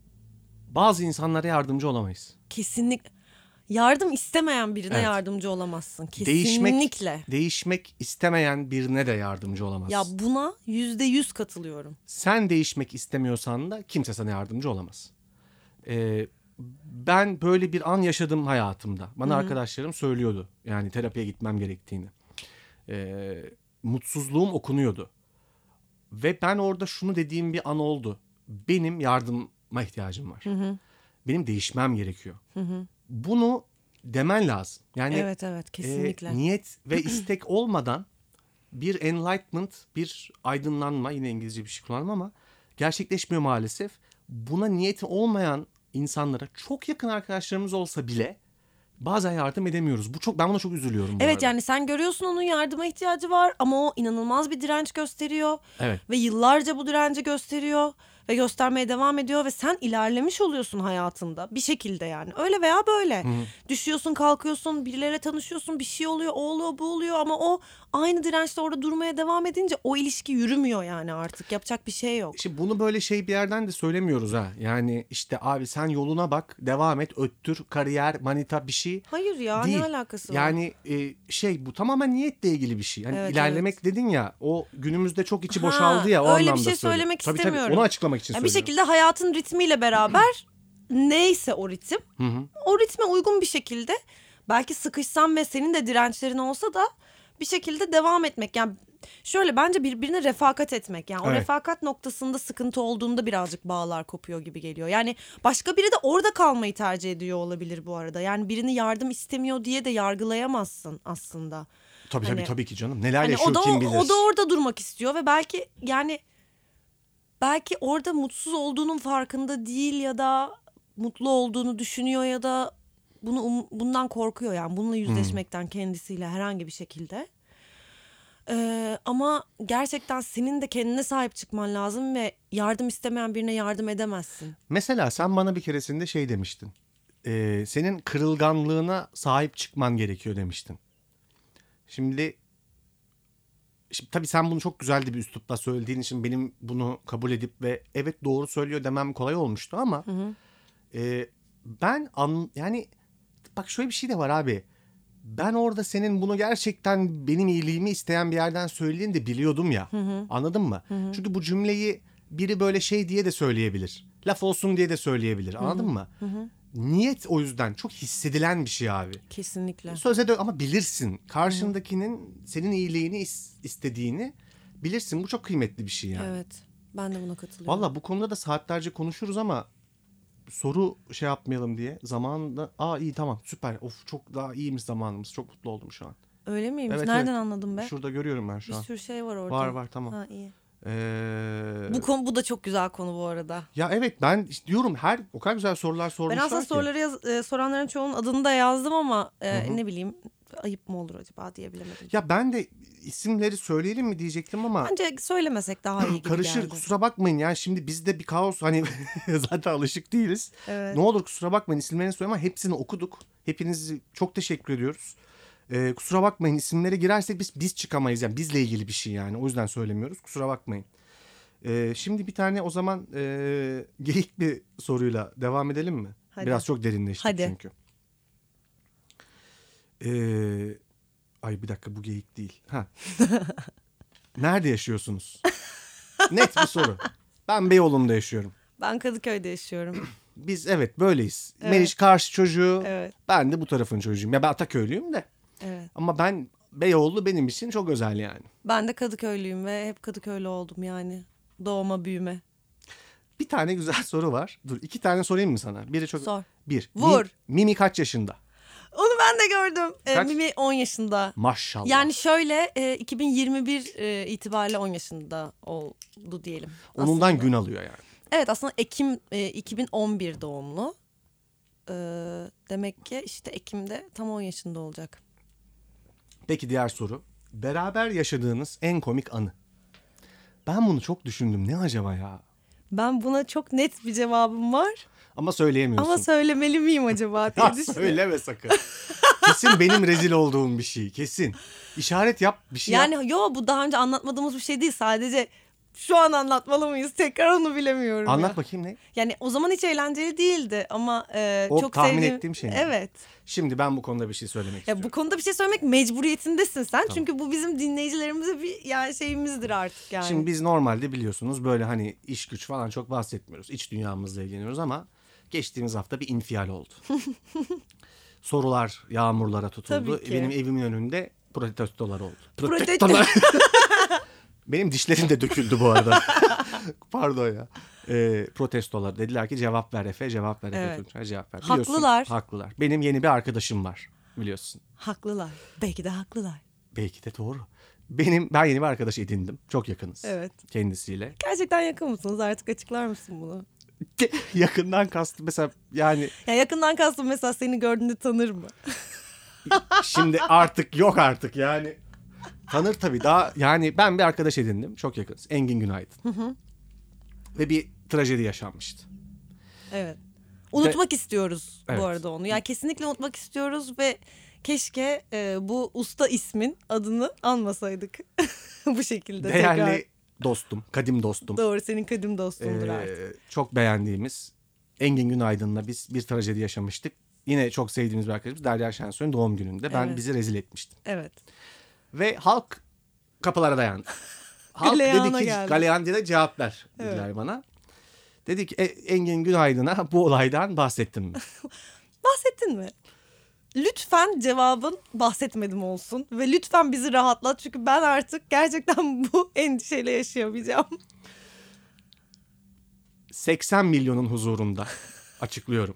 Bazı insanlara yardımcı olamayız. Kesinlikle. Yardım istemeyen birine Evet. yardımcı olamazsın. Değişmek, Kesinlikle. değişmek istemeyen birine de yardımcı olamazsın. Ya buna yüzde yüz katılıyorum. Sen değişmek istemiyorsan da kimse sana yardımcı olamaz. Ee, ben böyle bir an yaşadım hayatımda. Bana Hı hı. arkadaşlarım söylüyordu. Yani terapiye gitmem gerektiğini. Ee, mutsuzluğum okunuyordu. Ve ben orada şunu dediğim bir an oldu. Benim yardıma ihtiyacım var. Hı hı. Benim değişmem gerekiyor. Hı hı. Bunu demen lazım. Yani Evet evet kesinlikle. e, niyet ve istek olmadan bir enlightenment, bir aydınlanma, yine İngilizce bir şey kullanmam ama gerçekleşmiyor maalesef. Buna niyeti olmayan insanlara çok yakın arkadaşlarımız olsa bile bazen yardım edemiyoruz. Bu çok ben buna çok üzülüyorum bu Evet arada. yani sen görüyorsun onun yardıma ihtiyacı var ama o inanılmaz bir direnç gösteriyor. Evet. Ve yıllarca bu direnci gösteriyor. ve göstermeye devam ediyor ve sen ilerlemiş oluyorsun hayatında bir şekilde yani. Öyle veya böyle. Hı. Düşüyorsun, kalkıyorsun, birileriyle tanışıyorsun, bir şey oluyor, o oluyor, bu oluyor ama o aynı dirençle orada durmaya devam edince o ilişki yürümüyor yani artık. Yapacak bir şey yok. Şimdi bunu böyle şey bir yerden de söylemiyoruz ha. Yani işte abi sen yoluna bak, devam et, öttür, kariyer, manita bir şey. Hayır ya, değil. Ne alakası var? Yani e, şey bu tamamen niyetle ilgili bir şey. Yani evet, ilerlemek evet. dedin ya, o günümüzde çok içi ha, boşaldı ya, o anlamda öyle bir şey söylüyorum. Söylemek tabii, istemiyorum. Tabii onu açıklamak için yani söylüyorum. Bir şekilde hayatın ritmiyle beraber neyse o ritim, hı hı. o ritme uygun bir şekilde belki sıkışsan ve senin de dirençlerin olsa da bir şekilde devam etmek. Yani şöyle bence birbirine refakat etmek. Yani o evet. refakat noktasında sıkıntı olduğunda birazcık bağlar kopuyor gibi geliyor. Yani başka biri de orada kalmayı tercih ediyor olabilir bu arada. Yani birini yardım istemiyor diye de yargılayamazsın aslında. Tabii hani, tabii tabii ki canım. Neler hani yaşıyor o da, kim bilir. O da orada durmak istiyor ve belki yani belki orada mutsuz olduğunun farkında değil ya da mutlu olduğunu düşünüyor ya da bunu bundan korkuyor yani bununla yüzleşmekten hmm. kendisiyle herhangi bir şekilde. Ee, ama gerçekten senin de kendine sahip çıkman lazım ve yardım istemeyen birine yardım edemezsin. Mesela sen bana bir keresinde şey demiştin. Ee, senin kırılganlığına sahip çıkman gerekiyor demiştin. Şimdi, şimdi tabii sen bunu çok güzel bir üslupla söylediğin için benim bunu kabul edip ve evet doğru söylüyor demem kolay olmuştu ama hı hı. E, ben an, yani bak şöyle bir şey de var abi. Ben orada senin bunu gerçekten benim iyiliğimi isteyen bir yerden söylediğini de biliyordum ya. Hı hı. Anladın mı? Hı hı. Çünkü bu cümleyi biri böyle şey diye de söyleyebilir. Laf olsun diye de söyleyebilir. Anladın hı hı. mı? Hı hı. Niyet o yüzden çok hissedilen bir şey abi. Kesinlikle. Söze de ama bilirsin. Karşındakinin senin iyiliğini istediğini bilirsin. Bu çok kıymetli bir şey yani. Evet. Ben de buna katılıyorum. Valla bu konuda da saatlerce konuşuruz ama soru şey yapmayalım diye zamanında aa iyi tamam süper of çok daha iyiymiş zamanımız, çok mutlu oldum şu an. Öyle miymiş? Evet, nereden evet. anladın be? Şurada görüyorum ben şu bir an. Bir sürü şey var orada. Var var tamam. Ha iyi. Ee... Bu konu bu da çok güzel konu bu arada. Ya evet ben işte diyorum her o kadar güzel sorular sormuşlar ki. Ben aslında ki. soruları yaz, e, soranların çoğunun adını da yazdım ama e, ne bileyim ayıp mı olur acaba diye bilemedim. Ya ben de isimleri söyleyelim mi diyecektim ama. Bence söylemesek daha iyi gibi karışır geldi. Kusura bakmayın yani şimdi bizde bir kaos hani zaten alışık değiliz. Evet. Ne olur kusura bakmayın isimlerini söyleyeyim ama hepsini okuduk. Hepinizi çok teşekkür ediyoruz. Ee, kusura bakmayın isimlere girersek biz biz çıkamayız yani bizle ilgili bir şey yani o yüzden söylemiyoruz kusura bakmayın. Ee, şimdi bir tane o zaman e, geyik bir soruyla devam edelim mi? Hadi. Biraz çok derinleştik Hadi. çünkü. Ee, ay bir dakika bu geyik değil. Ha. Nerede yaşıyorsunuz? Net bir soru. Ben Beyoğlu'nda yaşıyorum. Ben Kadıköy'de yaşıyorum. Biz evet böyleyiz. Evet. Meriç karşı çocuğu. Evet. Ben de bu tarafın çocuğuyum. Ya ben Ataköylüyüm de. Evet. Ama ben Beyoğlu benim için çok özel yani. Ben de Kadıköylüyüm ve hep Kadıköylü oldum yani. Doğma büyüme. Bir tane güzel soru var. Dur iki tane sorayım mı sana? Biri çok. Sor. Bir. Vur. Mi, Mimi kaç yaşında? Onu ben de gördüm. Ee, Mimi on yaşında. Maşallah. Yani şöyle e, iki bin yirmi bir e, itibariyle on yaşında oldu diyelim. Onundan aslında. Gün alıyor yani. Evet aslında Ekim e, iki bin on bir doğumlu. E, demek ki işte Ekim'de tam on yaşında olacak. Peki diğer soru. Beraber yaşadığınız en komik anı. Ben bunu çok düşündüm. Ne acaba ya? Ben buna çok net bir cevabım var. Ama söyleyemiyorsun. Ama söylemeli miyim acaba diye düşünüyorum. Söyleme sakın. Kesin benim rezil olduğum bir şey. Kesin. İşaret yap bir şey yani, yap. Yani yo bu daha önce anlatmadığımız bir şey değil. Sadece şu an anlatmalı mıyız? Tekrar onu bilemiyorum. Anlat ya. bakayım ne? Yani o zaman hiç eğlenceli değildi ama e, o, çok tahmin sevdiğim. ettiğim şey. Evet. Şimdi ben bu konuda bir şey söylemek ya, istiyorum. Bu konuda bir şey söylemek mecburiyetindesin sen. Tamam. Çünkü bu bizim dinleyicilerimize bir yani şeyimizdir artık yani. Şimdi biz normalde biliyorsunuz böyle hani iş güç falan çok bahsetmiyoruz. İç dünyamızla ilgileniyoruz ama geçtiğimiz hafta bir infial oldu. Sorular yağmurlara tutuldu. Benim evimin önünde protestolar oldu. Protestolar. Benim dişlerim de döküldü bu arada. Pardon ya. Ee, protestolar. Dediler ki cevap ver Efe, cevap ver Efe. Evet. Cevap ver. Biliyorsun, haklılar. Haklılar. Benim yeni bir arkadaşım var biliyorsun. Haklılar. Belki de haklılar. Belki de doğru. Benim ben yeni bir arkadaş edindim. Çok yakınız. Evet. Kendisiyle. Gerçekten yakın mısınız? Artık açıklar mısın bunu? Yakından kastım mesela yani. Ya yakından kastım mesela seni gördüğünde tanır mı? Şimdi artık yok artık yani. Tanır tabii daha yani ben bir arkadaş edindim. Çok yakınız. Engin Günaydın. Hı hı. Ve bir trajedi yaşanmıştı. Evet. Unutmak de, istiyoruz evet. bu arada onu. Ya kesinlikle unutmak istiyoruz ve keşke e, bu usta ismin adını anmasaydık bu şekilde. Değerli tekrar. dostum, kadim dostum. Doğru, senin kadim dostumdur ee, artık. Çok beğendiğimiz Engin Günaydın'la biz bir trajedi yaşamıştık. Yine çok sevdiğimiz bir arkadaşımız Derya Şensoy'un doğum gününde. Ben evet. bizi rezil etmiştim. Evet. Ve halk kapılara dayandı. Halk dedi ki Galeyan diye cevap ver dediler evet. bana. Dedi ki e, Engin Günaydın'a bu olaydan bahsettin mi? Bahsettin mi? Lütfen cevabın bahsetmedim olsun. Ve lütfen bizi rahatlat. Çünkü ben artık gerçekten bu endişeyle yaşayamayacağım. seksen milyonun huzurunda açıklıyorum.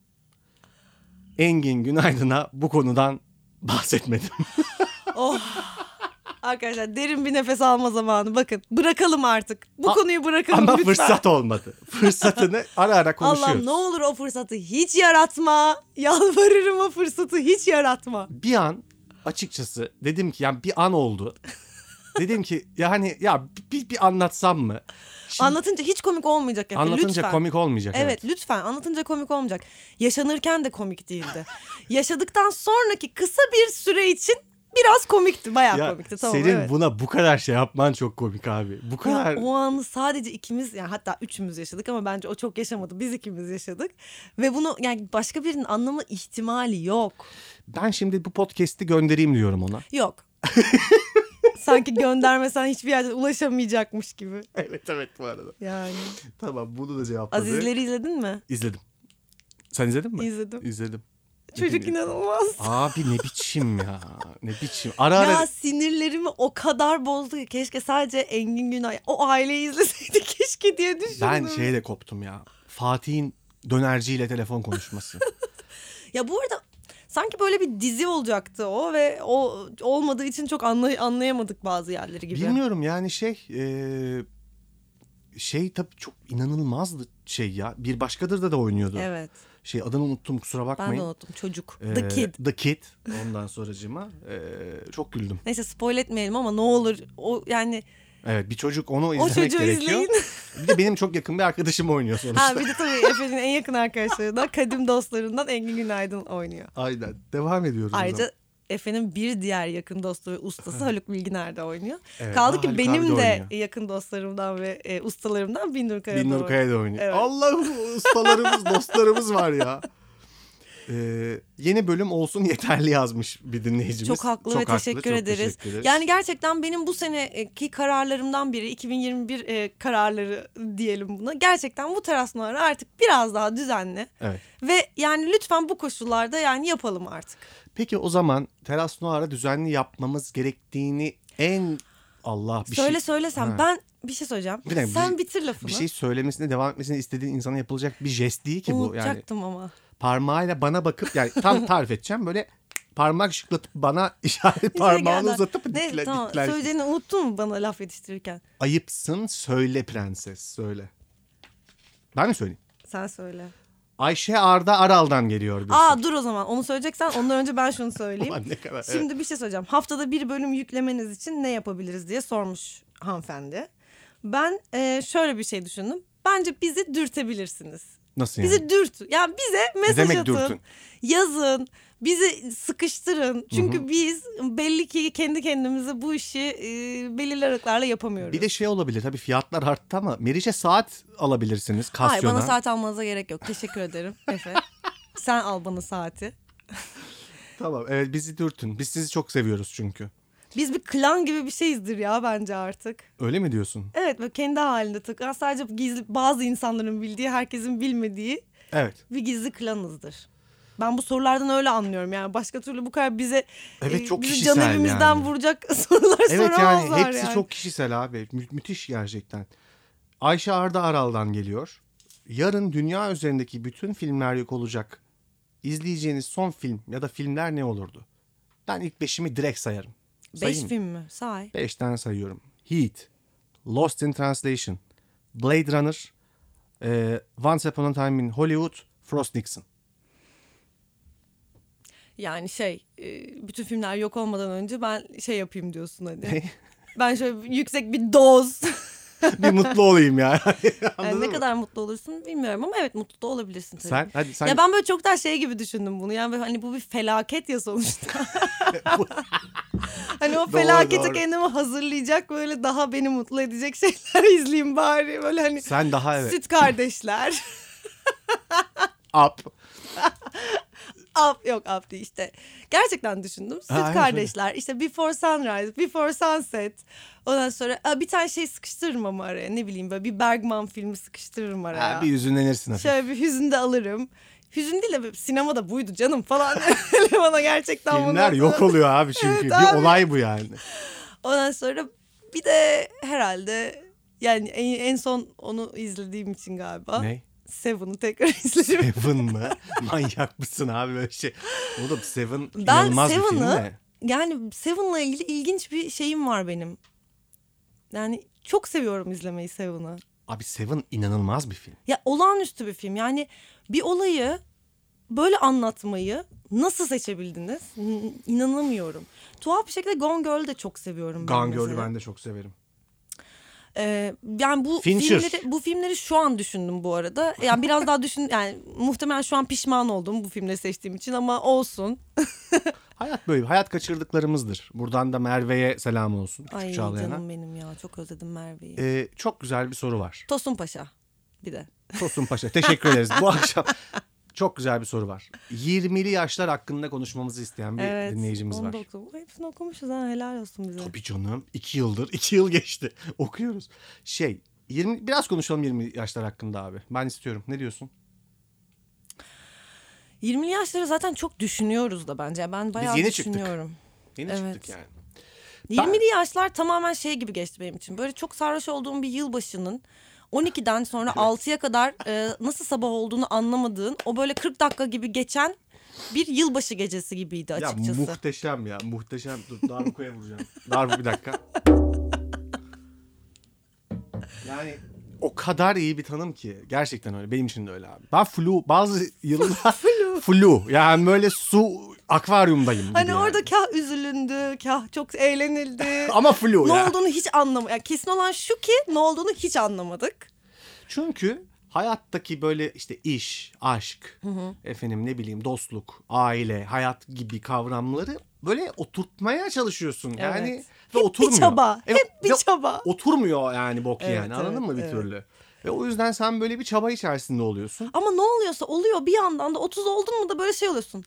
Engin Günaydın'a bu konudan bahsetmedim. Oh. Arkadaşlar derin bir nefes alma zamanı. Bakın bırakalım artık. Bu A- konuyu bırakalım ama lütfen. Ama fırsat olmadı. Fırsatını ara ara konuşuyoruz. Allah'ım ne olur o fırsatı hiç yaratma. Yalvarırım o fırsatı hiç yaratma. Bir an açıkçası dedim ki yani bir an oldu. Dedim ki yani ya bir, bir anlatsam mı? Şimdi, anlatınca hiç komik olmayacak. Efe, anlatınca lütfen. komik olmayacak. Evet, evet lütfen anlatınca komik olmayacak. Yaşanırken de komik değildi. Yaşadıktan sonraki kısa bir süre için biraz komikti, bayağı ya, komikti. Tamam, senin evet. buna bu kadar şey yapman çok komik abi. Bu kadar. Ya, o anı sadece ikimiz, yani hatta üçümüz yaşadık ama bence o çok yaşamadı. Biz ikimiz yaşadık ve bunu yani başka birinin anlama ihtimali yok. Ben şimdi bu podcast'i göndereyim diyorum ona. Yok. Sanki göndermesen hiçbir yerde ulaşamayacakmış gibi. Evet evet bu arada. Yani. Tamam bunu da cevapladı. Azizleri izledin mi? İzledim. Sen izledin mi? İzledim. İzledim. Çocuk Hepiniz. inanılmaz. Abi ne biçim ya. Ne biçim. Ara ara... Ya sinirlerimi o kadar bozdu ki keşke sadece Engin Günay o aileyi izleseydi keşke diye düşündüm. Ben şeyle koptum ya. Fatih'in dönerciyle telefon konuşması. Ya bu arada sanki böyle bir dizi olacaktı o ve o olmadığı için çok anlay- anlayamadık bazı yerleri gibi. Bilmiyorum yani şey e, şey tabii çok inanılmazdı şey ya. Bir Başkadır da da oynuyordu. Evet. Şey adını unuttum kusura bakmayın. Ben de unuttum çocuk. Ee, The Kid. The Kid ondan sonracığıma e, çok güldüm. Neyse spoil etmeyelim ama ne olur o yani. Evet bir çocuk onu izlemek gerekiyor. Izleyin. Bir de benim çok yakın bir arkadaşım oynuyor sonuçta. Ha bir de tabii Efe'nin en yakın arkadaşlarından kadim dostlarından Engin Günaydın oynuyor. Aynen devam ediyoruz. Ayrıca Efe'nin bir diğer yakın dostu ve ustası Haluk Bilginer de oynuyor. Evet. Kaldı Aa, ki Haluk benim de oynuyor. yakın dostlarımdan ve e, ustalarımdan Binnur Kaya da oynuyor. Binnur Kaya da oynuyor. Evet. Allah'ım ustalarımız dostlarımız var ya. Ee, yeni bölüm olsun yeterli yazmış bir dinleyicimiz. Çok haklı çok ve haklı, teşekkür, çok ederiz. teşekkür ederiz. Yani gerçekten benim bu seneki kararlarımdan biri iki bin yirmi bir e, kararları diyelim buna. Gerçekten bu Teras Noir'ı artık biraz daha düzenli. Evet. Ve yani lütfen bu koşullarda yani yapalım artık. Peki o zaman Teras Noir'ı düzenli yapmamız gerektiğini en Allah bir söyle şey... söylesem ha. Ben bir şey söyleyeceğim. Bir dakika, Sen bir, bitir lafını. Bir şey söylemesine devam etmesini istediğin insana yapılacak bir jest değil ki bu. Unutacaktım yani. ama. Parmağıyla bana bakıp yani tam tarif edeceğim böyle parmak şıklatıp bana işaret parmağını uzatıp ne, dikler. Tamam dikler. Söylediğini unuttun mu bana laf yetiştirirken? Ayıpsın söyle prenses söyle. Ben mi söyleyeyim? Sen söyle. Ayşe Arda Aral'dan geliyor. Aa soru. Dur o zaman onu söyleyeceksen ondan önce ben şunu söyleyeyim. Aman ne kadar, Şimdi evet. bir şey söyleyeceğim. Haftada bir bölüm yüklemeniz için ne yapabiliriz diye sormuş hanımefendi. Ben e, şöyle bir şey düşündüm. Bence bizi dürtebilirsiniz. Nasıl yani? Bizi dürt. Yani bize mesaj atın. Dürtün? Yazın. Bizi sıkıştırın. Çünkü Hı-hı. biz belli ki kendi kendimize bu işi e, belirli aralıklarla yapamıyoruz. Bir de şey olabilir tabii fiyatlar arttı ama Meriç'e saat alabilirsiniz Casio'dan. Hayır bana saat almanıza gerek yok. Teşekkür ederim Efe. Sen al bana saati. Tamam evet bizi dürtün. Biz sizi çok seviyoruz çünkü. Biz bir klan gibi bir şeyizdir ya bence artık. Öyle mi diyorsun? Evet ve kendi halinde takılan sadece gizli bazı insanların bildiği herkesin bilmediği evet. bir gizli klanızdır. Ben bu sorulardan öyle anlıyorum yani başka türlü bu kadar bize evet, çok bizi can evimizden yani. Vuracak sorular evet, soramazlar yani. Hepsi yani. çok kişisel abi Mü- müthiş gerçekten. Ayşe Arda Aral'dan geliyor. Yarın dünya üzerindeki bütün filmler yok olacak. İzleyeceğiniz son film ya da filmler ne olurdu? Ben ilk beşimi direkt sayarım. Sayayım Beş film mi? Say. Beş tane sayıyorum. Heat, Lost in Translation, Blade Runner, e, Once Upon a Time in Hollywood, Frost Nixon. Yani şey, bütün filmler yok olmadan önce ben şey yapayım diyorsun hadi. ben şöyle yüksek bir doz bir mutlu olayım yani. Yani ne kadar mutlu olursun bilmiyorum ama evet mutlu da olabilirsin tabii. Sen, hadi sen... Ya ben böyle çok daha şey gibi düşündüm bunu. Yani böyle hani bu bir felaket ya sonuçta. Hani o felakete doğru, doğru. kendimi hazırlayacak böyle daha beni mutlu edecek şeyler izleyeyim bari. Böyle hani sen daha evet. Süt Kardeşler. Up. Up yok up değil işte. Gerçekten düşündüm. Süt ha, Kardeşler öyle. İşte Before Sunrise, Before Sunset. Ondan sonra bir tane şey sıkıştırırım ama araya. Ne bileyim böyle bir Bergman filmi sıkıştırırım araya. Ha, bir hüzünlenirsin hafif. Şöyle bir hüzün de alırım. Hüzün değil de sinemada buydu canım falan. Bana gerçekten filmler bunu... yok oluyor abi çünkü. Evet, bir abi. Olay bu yani. Ondan sonra bir de herhalde yani en, en son onu izlediğim için galiba. Ne? Seven'ı tekrar izledim. Seven mı? Manyak mısın abi böyle şey? Oğlum Seven inanılmaz bir film de. Yani Seven'la ilgili ilginç bir şeyim var benim. Yani çok seviyorum izlemeyi Seven'ı. Abi Seven inanılmaz bir film. Ya olağanüstü bir film. Yani bir olayı böyle anlatmayı nasıl seçebildiniz? İnanamıyorum. Tuhaf bir şekilde Gone Girl'ü de çok seviyorum ben Gone mesela. Girl'ü ben de çok severim. Ee, yani bu Fincher. filmleri bu filmleri şu an düşündüm bu arada. Yani biraz daha düşün yani muhtemelen şu an pişman oldum bu filmleri seçtiğim için ama olsun. Hayat böyle. Hayat kaçırdıklarımızdır. Buradan da Merve'ye selam olsun. Ay canım benim ya. Çok özledim Merve'yi. Ee, çok güzel bir soru var. Tosun Paşa bir de. Tosun Paşa. Teşekkür ederiz. Bu akşam çok güzel bir soru var. yirmili yaşlar hakkında konuşmamızı isteyen bir evet, dinleyicimiz var. Evet. Hepsini okumuşuz ha. Helal olsun bize. Tabii canım. iki yıldır. iki yıl geçti. Okuyoruz. Şey. yirmi biraz konuşalım yirmi yaşlar hakkında abi. Ben istiyorum. Ne diyorsun? yirmili yaşları zaten çok düşünüyoruz da bence. Ben bayağı Biz yeni düşünüyorum. Çıktık. Yeni evet. çıktık yani. yirmili ben... yaşlar tamamen şey gibi geçti benim için. Böyle çok sarhoş olduğum bir yılbaşının on ikiden sonra evet. altıya kadar e, nasıl sabah olduğunu anlamadığın o böyle kırk dakika gibi geçen bir yılbaşı gecesi gibiydi açıkçası. Ya muhteşem ya muhteşem. Dur darbukaya vuracağım. Darbuk bir dakika. Yani o kadar iyi bir tanım ki. Gerçekten öyle. Benim için de öyle abi. Ben flu bazı yıllar flu. flu. Yani böyle su akvaryumdayım. Hani yani. orada kah üzülündü, kah çok eğlenildi. Ama flu ne ya. Ne olduğunu hiç anlamadık. Yani kesin olan şu ki ne olduğunu hiç anlamadık. Çünkü hayattaki böyle işte iş, aşk, hı hı. efendim ne bileyim dostluk, aile, hayat gibi kavramları böyle oturtmaya çalışıyorsun. Evet. Yani ve hep oturmuyor. bir çaba. Evet, hep bir çaba. Oturmuyor yani bok evet, yani. Anladın evet, mı bir evet. türlü? Ve o yüzden sen böyle bir çaba içerisinde oluyorsun. Ama ne oluyorsa oluyor bir yandan da otuz oldun mu da böyle şey oluyorsun.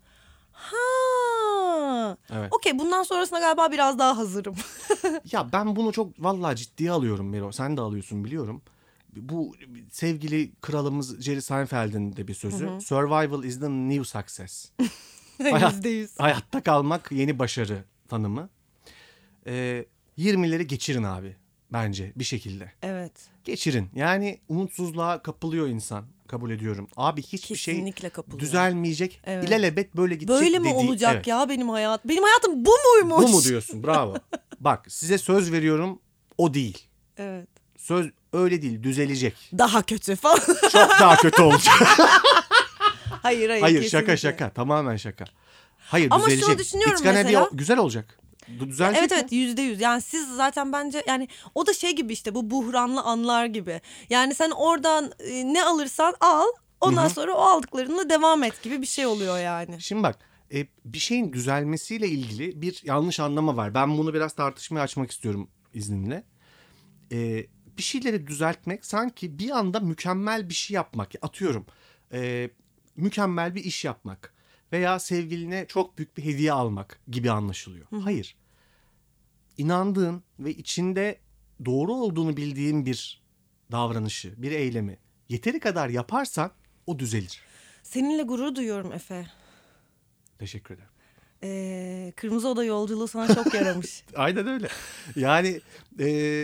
Ha. Evet. Okey bundan sonrasına galiba biraz daha hazırım. Ya ben bunu çok vallahi ciddiye alıyorum Mero. Sen de alıyorsun biliyorum. Bu sevgili kralımız Jerry Seinfeld'in de bir sözü. Hı hı. Survival is the new success. Hayat, yüzde yüz. Hayatta kalmak yeni başarı tanımı. Ee, yirmileri geçirin abi bence bir şekilde. Evet. Geçirin. Yani umutsuzluğa kapılıyor insan. Kabul ediyorum. Abi hiçbir kesinlikle şey kapılıyor. Düzelmeyecek. Evet. İlelebet böyle gidecek böyle mi dediği, olacak evet. ya benim hayat? Benim hayatım bu muymuş? Bu mu diyorsun? Bravo. Bak size söz veriyorum o değil. Evet. Söz öyle değil düzelecek. Daha kötü falan. Çok daha kötü olacak. hayır hayır. Hayır şaka şaka tamamen şaka. Hayır ama düzelecek. Ama şunu düşünüyorum It's gonna mesela. Be, güzel olacak. Düzelecek evet mi? evet yüzde yüz yani siz zaten bence yani o da şey gibi işte bu buhranlı anlar gibi. Yani sen oradan e, ne alırsan al ondan Hı-hı. sonra o aldıklarınla devam et gibi bir şey oluyor yani. Şimdi bak e, bir şeyin düzelmesiyle ilgili bir yanlış anlama var. Ben bunu biraz tartışmaya açmak istiyorum izninle. E, bir şeyleri düzeltmek sanki bir anda mükemmel bir şey yapmak. Atıyorum e, mükemmel bir iş yapmak veya sevgiline çok büyük bir hediye almak gibi anlaşılıyor. Hı. Hayır. İnandığın ve içinde doğru olduğunu bildiğin bir davranışı, bir eylemi yeteri kadar yaparsan o düzelir. Seninle gurur duyuyorum Efe. Teşekkür ederim. Ee, Kırmızı Oda yolculuğu sana çok yaramış. Aynen öyle. Yani e...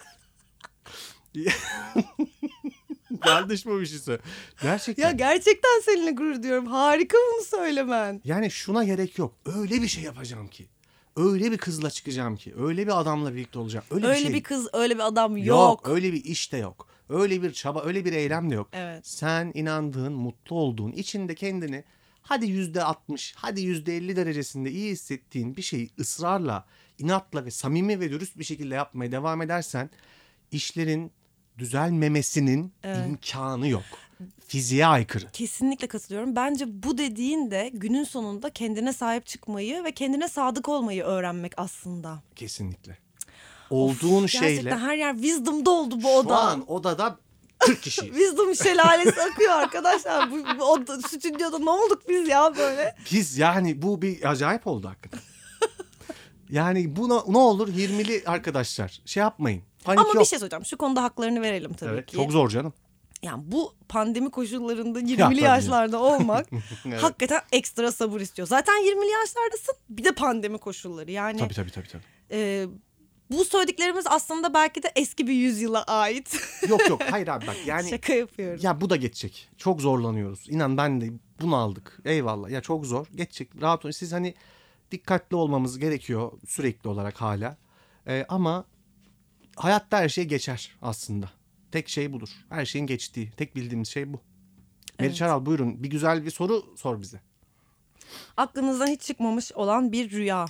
yanlış mı bir şey söyle? Gerçekten. Ya gerçekten seninle gurur duyuyorum. Harika bunu söylemen. Yani şuna gerek yok. Öyle bir şey yapacağım ki. Öyle bir kızla çıkacağım ki. Öyle bir adamla birlikte olacağım. Öyle, öyle bir, şey... bir kız, öyle bir adam yok. Yok. Öyle bir iş de yok. Öyle bir çaba, öyle bir eylem de yok. Evet. Sen inandığın, mutlu olduğun, içinde kendini hadi yüzde altmış, hadi yüzde elli derecesinde iyi hissettiğin bir şeyi ısrarla, inatla ve samimi ve dürüst bir şekilde yapmaya devam edersen işlerin düzelmemesinin Evet. imkanı yok. Fiziğe aykırı. Kesinlikle katılıyorum. Bence bu dediğin de günün sonunda kendine sahip çıkmayı ve kendine sadık olmayı öğrenmek aslında. Kesinlikle. Olduğun Of, şeyle. gerçekten her yer wisdom doldu bu Şu oda. an odada kırk kişiyiz. Wisdom şelalesi akıyor arkadaşlar. Bu, bu oda, stüdyoda ne olduk biz ya böyle? Biz yani bu bir acayip oldu hakikaten. Yani bu ne, ne olur yirmili arkadaşlar şey yapmayın. Panik Ama yok. bir şey söyleyeceğim. Şu konuda haklarını verelim tabii Evet, ki. çok zor canım. Yani bu pandemi koşullarında Ya, yirmili tabii yaşlarda olmak Evet. hakikaten ekstra sabır istiyor. Zaten yirmili yaşlardasın, bir de pandemi koşulları. Yani Tabii tabii tabii. tabii. e, bu söylediklerimiz aslında belki de eski bir yüzyıla ait. Yok yok hayır abi bak yani. Şaka yapıyorum. Ya bu da geçecek. Çok zorlanıyoruz. İnan ben de bunu aldık. Eyvallah. Ya çok zor. Geçecek. Rahat olun. Siz hani dikkatli olmamız gerekiyor sürekli olarak hala. Ee, ama hayatta her şey geçer aslında. Tek şey budur. Her şeyin geçtiği. Tek bildiğimiz şey bu. Evet. Meriç Aral buyurun. Bir güzel bir soru sor bize. Aklınızdan hiç çıkmamış olan bir rüya.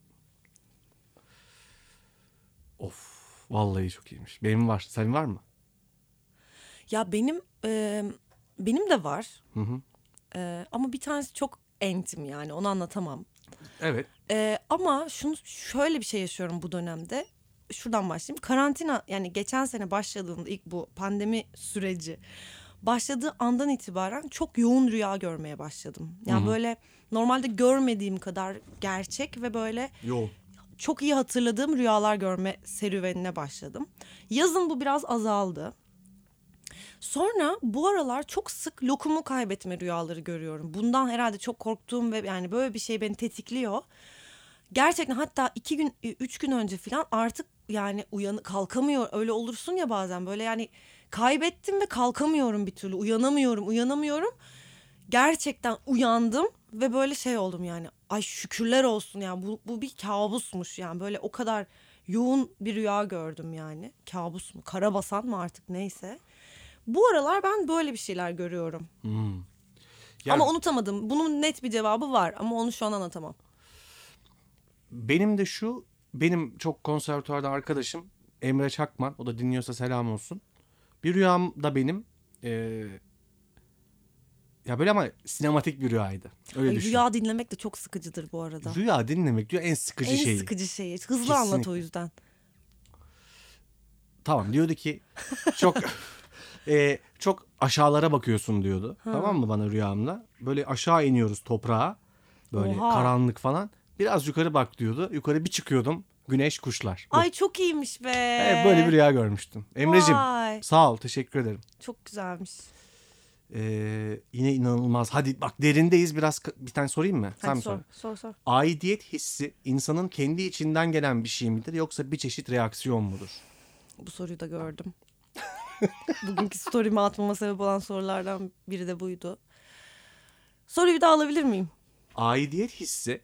Of. Vallahi çok iyiymiş. Benim var. Senin var mı? Ya benim e, benim de var. Hı hı. E, ama bir tanesi çok entim, yani onu anlatamam. Evet. E, ama şunu şöyle bir şey yaşıyorum bu dönemde. Şuradan başlayayım. Karantina, yani geçen sene başladığında ilk bu pandemi süreci başladığı andan itibaren çok yoğun rüya görmeye başladım. Yani Hı hı. böyle normalde görmediğim kadar gerçek ve böyle Yoğun. çok iyi hatırladığım rüyalar görme serüvenine başladım. Yazın bu biraz azaldı. Sonra bu aralar çok sık lokumu kaybetme rüyaları görüyorum. Bundan herhalde çok korktuğum ve yani böyle bir şey beni tetikliyor. Gerçekten hatta iki gün, üç gün önce falan artık yani uyanı kalkamıyor. Öyle olursun ya bazen böyle, yani kaybettim ve kalkamıyorum bir türlü. Uyanamıyorum, uyanamıyorum. Gerçekten uyandım ve böyle şey oldum yani. Ay şükürler olsun yani, bu, bu bir kabusmuş yani, böyle o kadar yoğun bir rüya gördüm yani. Kabus mu, karabasan mı artık, neyse. Bu aralar ben böyle bir şeyler görüyorum. Hmm. Ya Ama unutamadım. Bunun net bir cevabı var ama onu şu an anlatamam. benim de şu, benim çok konservatuvarda arkadaşım Emre Çakman, o da dinliyorsa selam olsun. Bir rüyam da benim e, ya böyle ama sinematik bir rüyaydı. Öyle Ay, düşün. rüya dinlemek de çok sıkıcıdır bu arada. Rüya dinlemek diyor en sıkıcı en şeyi. sıkıcı şeyi. Hızlı Kesinlikle. anlat o yüzden. Tamam, diyordu ki çok e, çok aşağılara bakıyorsun diyordu. Ha. Tamam mı, bana rüyamda. Böyle aşağı iniyoruz toprağa. Böyle Oha. karanlık falan. Biraz yukarı bak diyordu. Yukarı bir çıkıyordum. Güneş, kuşlar. Bu. Ay çok iyiymiş be. Evet, böyle bir rüya görmüştüm. Emreciğim Vay. sağ ol, teşekkür ederim. Çok güzelmiş. Ee, yine inanılmaz. Hadi bak, derindeyiz biraz. Bir tane sorayım mı? Sen Hadi mi sor, sor? sor sor. Aidiyet hissi insanın kendi içinden gelen bir şey midir yoksa bir çeşit reaksiyon mudur? Bu soruyu da gördüm. Bugünkü story'mi atmama sebep olan sorulardan biri de buydu. Soruyu da alabilir miyim? Aidiyet hissi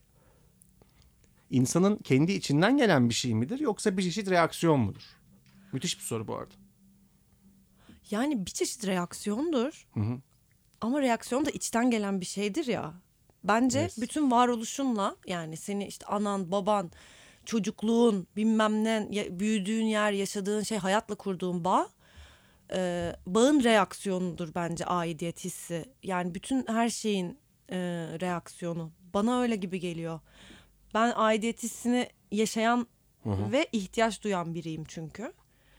insanın kendi içinden gelen bir şey midir yoksa bir çeşit reaksiyon mudur? Müthiş bir soru bu arada. Yani bir çeşit reaksiyondur. Hı hı. Ama reaksiyon da içten gelen bir şeydir ya. Bence Yes. bütün varoluşunla, yani seni işte anan, baban, çocukluğun, bilmem ne, ya- büyüdüğün yer, yaşadığın şey, hayatla kurduğun bağ, e, bağın reaksiyonudur bence aidiyet hissi. Yani bütün her şeyin e, reaksiyonu. Bana öyle gibi geliyor. Ben aidiyet hissini yaşayan Hı hı. ve ihtiyaç duyan biriyim çünkü.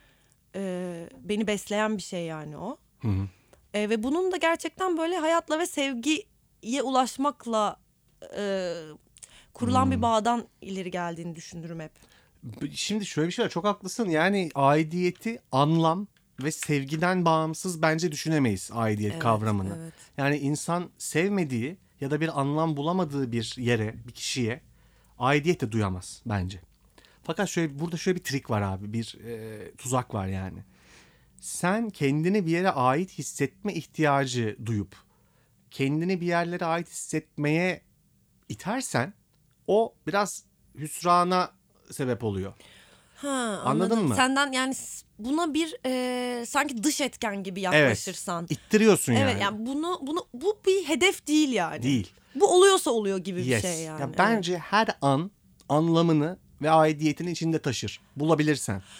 E, beni besleyen bir şey yani o. Hı hı. E, ve bunun da gerçekten böyle hayatla ve sevgiye ulaşmakla e, kurulan Hmm. bir bağdan ileri geldiğini düşünürüm hep. Şimdi şöyle bir şey var, çok haklısın. Yani aidiyeti anlam ve sevgiden bağımsız bence düşünemeyiz aidiyet Evet, kavramını. evet. Yani insan sevmediği ya da bir anlam bulamadığı bir yere, bir kişiye aidiyet de duyamaz bence. Fakat şöyle, burada şöyle bir trik var abi, bir e, tuzak var yani. Sen kendini bir yere ait hissetme ihtiyacı duyup kendini bir yerlere ait hissetmeye itersen o biraz hüsrana sebep oluyor. Ha, Anladın anladım. mı? Senden yani s- buna bir e, sanki dış etken gibi yaklaşırsan. İttiriyorsun Evet, yani. yani bunu bunu bu bir hedef değil yani. Değil. Bu oluyorsa oluyor gibi bir Yes. şey yani. Ya Evet. bence her an anlamını ve aidiyetini içinde taşır. Bulabilirsen.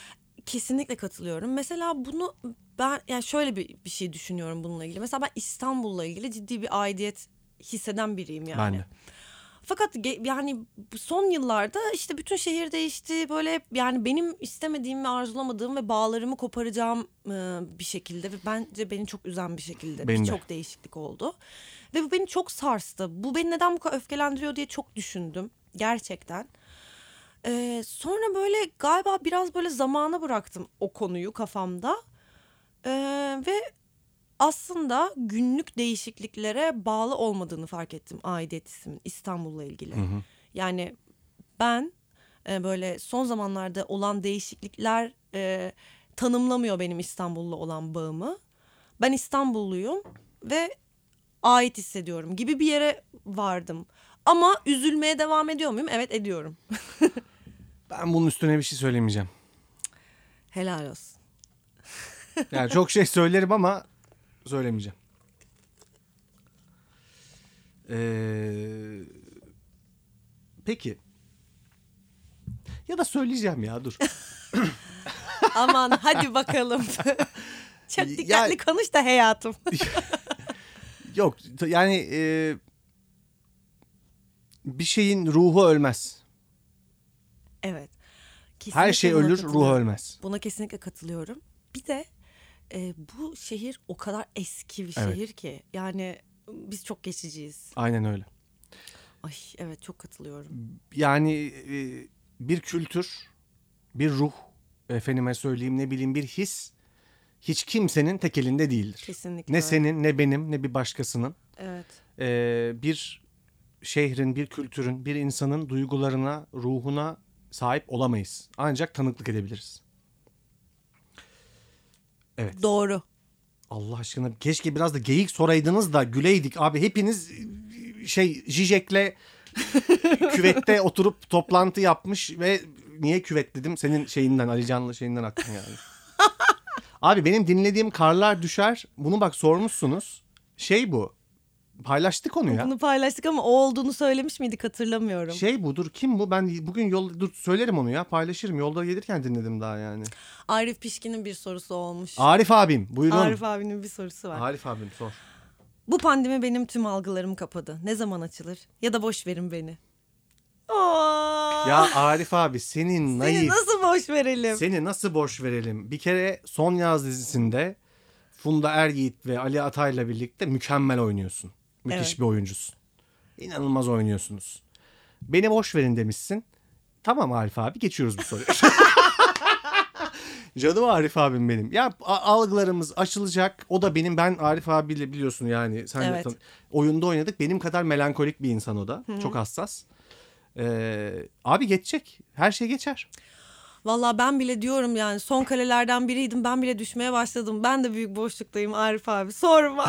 Kesinlikle katılıyorum. Mesela bunu ben yani şöyle bir, bir şey düşünüyorum bununla ilgili. Mesela ben İstanbul'la ilgili ciddi bir aidiyet hisseden biriyim yani. Ben de. Fakat ge- yani son yıllarda işte bütün şehir değişti. Böyle yani benim istemediğim ve arzulamadığım ve bağlarımı koparacağım e, bir şekilde ve bence beni çok üzen bir şekilde Benim de. birçok değişiklik oldu. Ve bu beni çok sarstı. Bu beni neden bu kadar öfkelendiriyor diye çok düşündüm gerçekten. Ee, sonra böyle galiba biraz böyle zamana bıraktım o konuyu kafamda. Ee, ve aslında günlük değişikliklere bağlı olmadığını fark ettim aidiyet hissimin İstanbul'la ilgili. Hı hı. Yani ben e, böyle son zamanlarda olan değişiklikler e, tanımlamıyor benim İstanbul'la olan bağımı. Ben İstanbulluyum ve ait hissediyorum gibi bir yere vardım. Ama üzülmeye devam ediyor muyum? Evet, ediyorum. Ben bunun üstüne bir şey söylemeyeceğim. Helal olsun. Yani çok şey söylerim ama söylemeyeceğim. Ee, peki. Ya da söyleyeceğim ya, dur. Aman hadi bakalım. Çok dikkatli Ya- konuş da hayatım. Yok t- yani e, bir şeyin ruhu ölmez. Evet. Her şey Kesinlikle buna ölür, ruhu katılıyorum. ölmez. Buna kesinlikle katılıyorum. Bir de e, bu şehir o kadar eski bir Evet. şehir ki. Yani biz çok geçiciyiz. Aynen öyle. Ay evet, çok katılıyorum. Yani e, bir kültür, bir ruh, efendime söyleyeyim ne bileyim bir his hiç kimsenin tek elinde değildir. Kesinlikle Ne öyle. senin, ne benim, ne bir başkasının. Evet. Ee, bir şehrin, bir kültürün, bir insanın duygularına, ruhuna sahip olamayız. Ancak tanıklık edebiliriz. Evet. Doğru. Allah aşkına keşke biraz da geyik soraydınız da güleydik. Abi hepiniz şey Zizek'le küvette oturup toplantı yapmış ve niye küvet dedim? Senin şeyinden, Ali Canlı şeyinden aklım yani. Abi benim dinlediğim Karlar Düşer. Bunu bak sormuşsunuz. Şey bu. Paylaştık onu ya. Bunu paylaştık ama o olduğunu söylemiş miydik hatırlamıyorum. Şey budur, kim bu? Ben bugün yol dur söylerim onu ya, paylaşırım. Yolda gelirken dinledim daha yani. Arif Pişkin'in bir sorusu olmuş. Arif abim buyurun. Arif abinin bir sorusu var. Arif abim sor. Bu pandemi benim tüm algılarımı kapadı. Ne zaman açılır? Ya da boş verin beni. Aa, Ya Arif abi senin seni naif. nasıl boş verelim? Seni nasıl boş verelim? Bir kere Son Yaz dizisinde Funda Eryiğit ve Ali Atay'la birlikte mükemmel oynuyorsun. Müthiş Evet. bir oyuncusun. İnanılmaz oynuyorsunuz. Beni boş verin demişsin. Tamam Arif abi, geçiyoruz bu soruyu. Canım Arif abim benim. Ya a- algılarımız açılacak. O da benim, ben Arif abiyle biliyorsun yani. Sen de Evet. tan- oyunda oynadık. Benim kadar melankolik bir insan o da. Çok hassas. Ee, abi geçecek. Her şey geçer. Vallahi ben bile diyorum yani son kalelerden biriydim. Ben bile düşmeye başladım. Ben de büyük boşluktayım Arif abi. Sorma.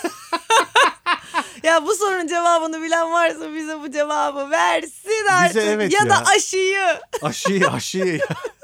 Ya bu sorunun cevabını bilen varsa bize bu cevabı versin artık. evet ya, ya. da aşıyı. Aşıyı aşıyı.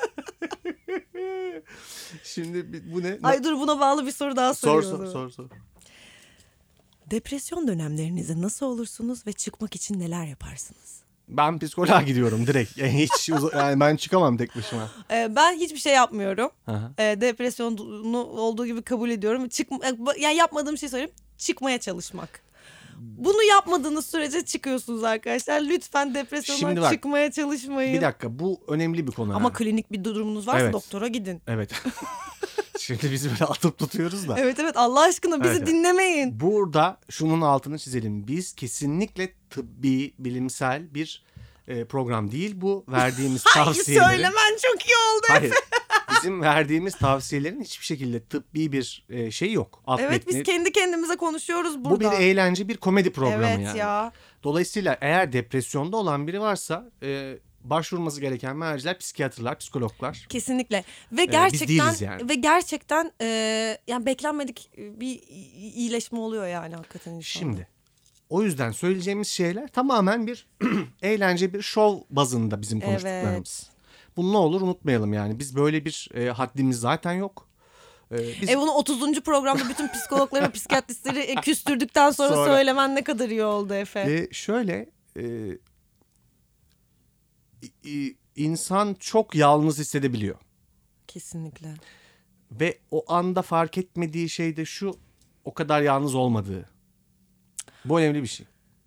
Şimdi bi- bu ne? Ay dur, buna bağlı bir soru daha sor soruyorum. sor sor sor. Depresyon dönemlerinizde nasıl olursunuz ve çıkmak için neler yaparsınız? Ben psikoloğa gidiyorum direkt. Yani hiç uza- yani ben çıkamam tek başıma. Ee, ben hiçbir şey yapmıyorum. Hı hı. Ee, depresyonu olduğu gibi kabul ediyorum. Çık, yani yapmadığım şey söyleyeyim. Çıkmaya çalışmak. Bunu yapmadığınız sürece çıkıyorsunuz arkadaşlar. Lütfen depresyondan Şimdi bak, çıkmaya çalışmayın. Bir dakika, bu önemli bir konu. Ama ha. klinik bir durumunuz varsa Evet. doktora gidin. Evet. Şimdi biz böyle atıp tutuyoruz da. Evet evet, Allah aşkına bizi Evet, evet. dinlemeyin. Burada şunun altını çizelim. Biz kesinlikle tıbbi, bilimsel bir e, program değil bu. Verdiğimiz Ay, tavsiyelerin. söylemen çok iyi oldu. Hayır. Bizim verdiğimiz tavsiyelerin hiçbir şekilde tıbbi bir e, şey yok. Alt Evet, metni. biz kendi kendimize konuşuyoruz burada. Bu bir eğlence, bir komedi programı evet yani. ya. Dolayısıyla eğer depresyonda olan biri varsa e, başvurması gereken merciler psikiyatrlar, psikologlar. Kesinlikle ve biz gerçekten değiliz yani. ve gerçekten e, yani beklenmedik bir iyileşme oluyor yani hakikaten insanda. Şimdi o yüzden söyleyeceğimiz şeyler tamamen bir eğlence, bir şov bazında bizim konuştuklarımız. Bunu ne olur unutmayalım yani. Biz böyle bir e, haddimiz zaten yok. E, biz E bunu otuzuncu programda bütün psikologları ve psikiyatristleri e, küstürdükten sonra, Sonra- söylemen ne kadar iyi oldu Efe. e, şöyle e, i- i- insan çok yalnız hissedebiliyor. Kesinlikle. Ve o anda fark etmediği şey de şu, o kadar yalnız olmadığı. Bu önemli bir şey.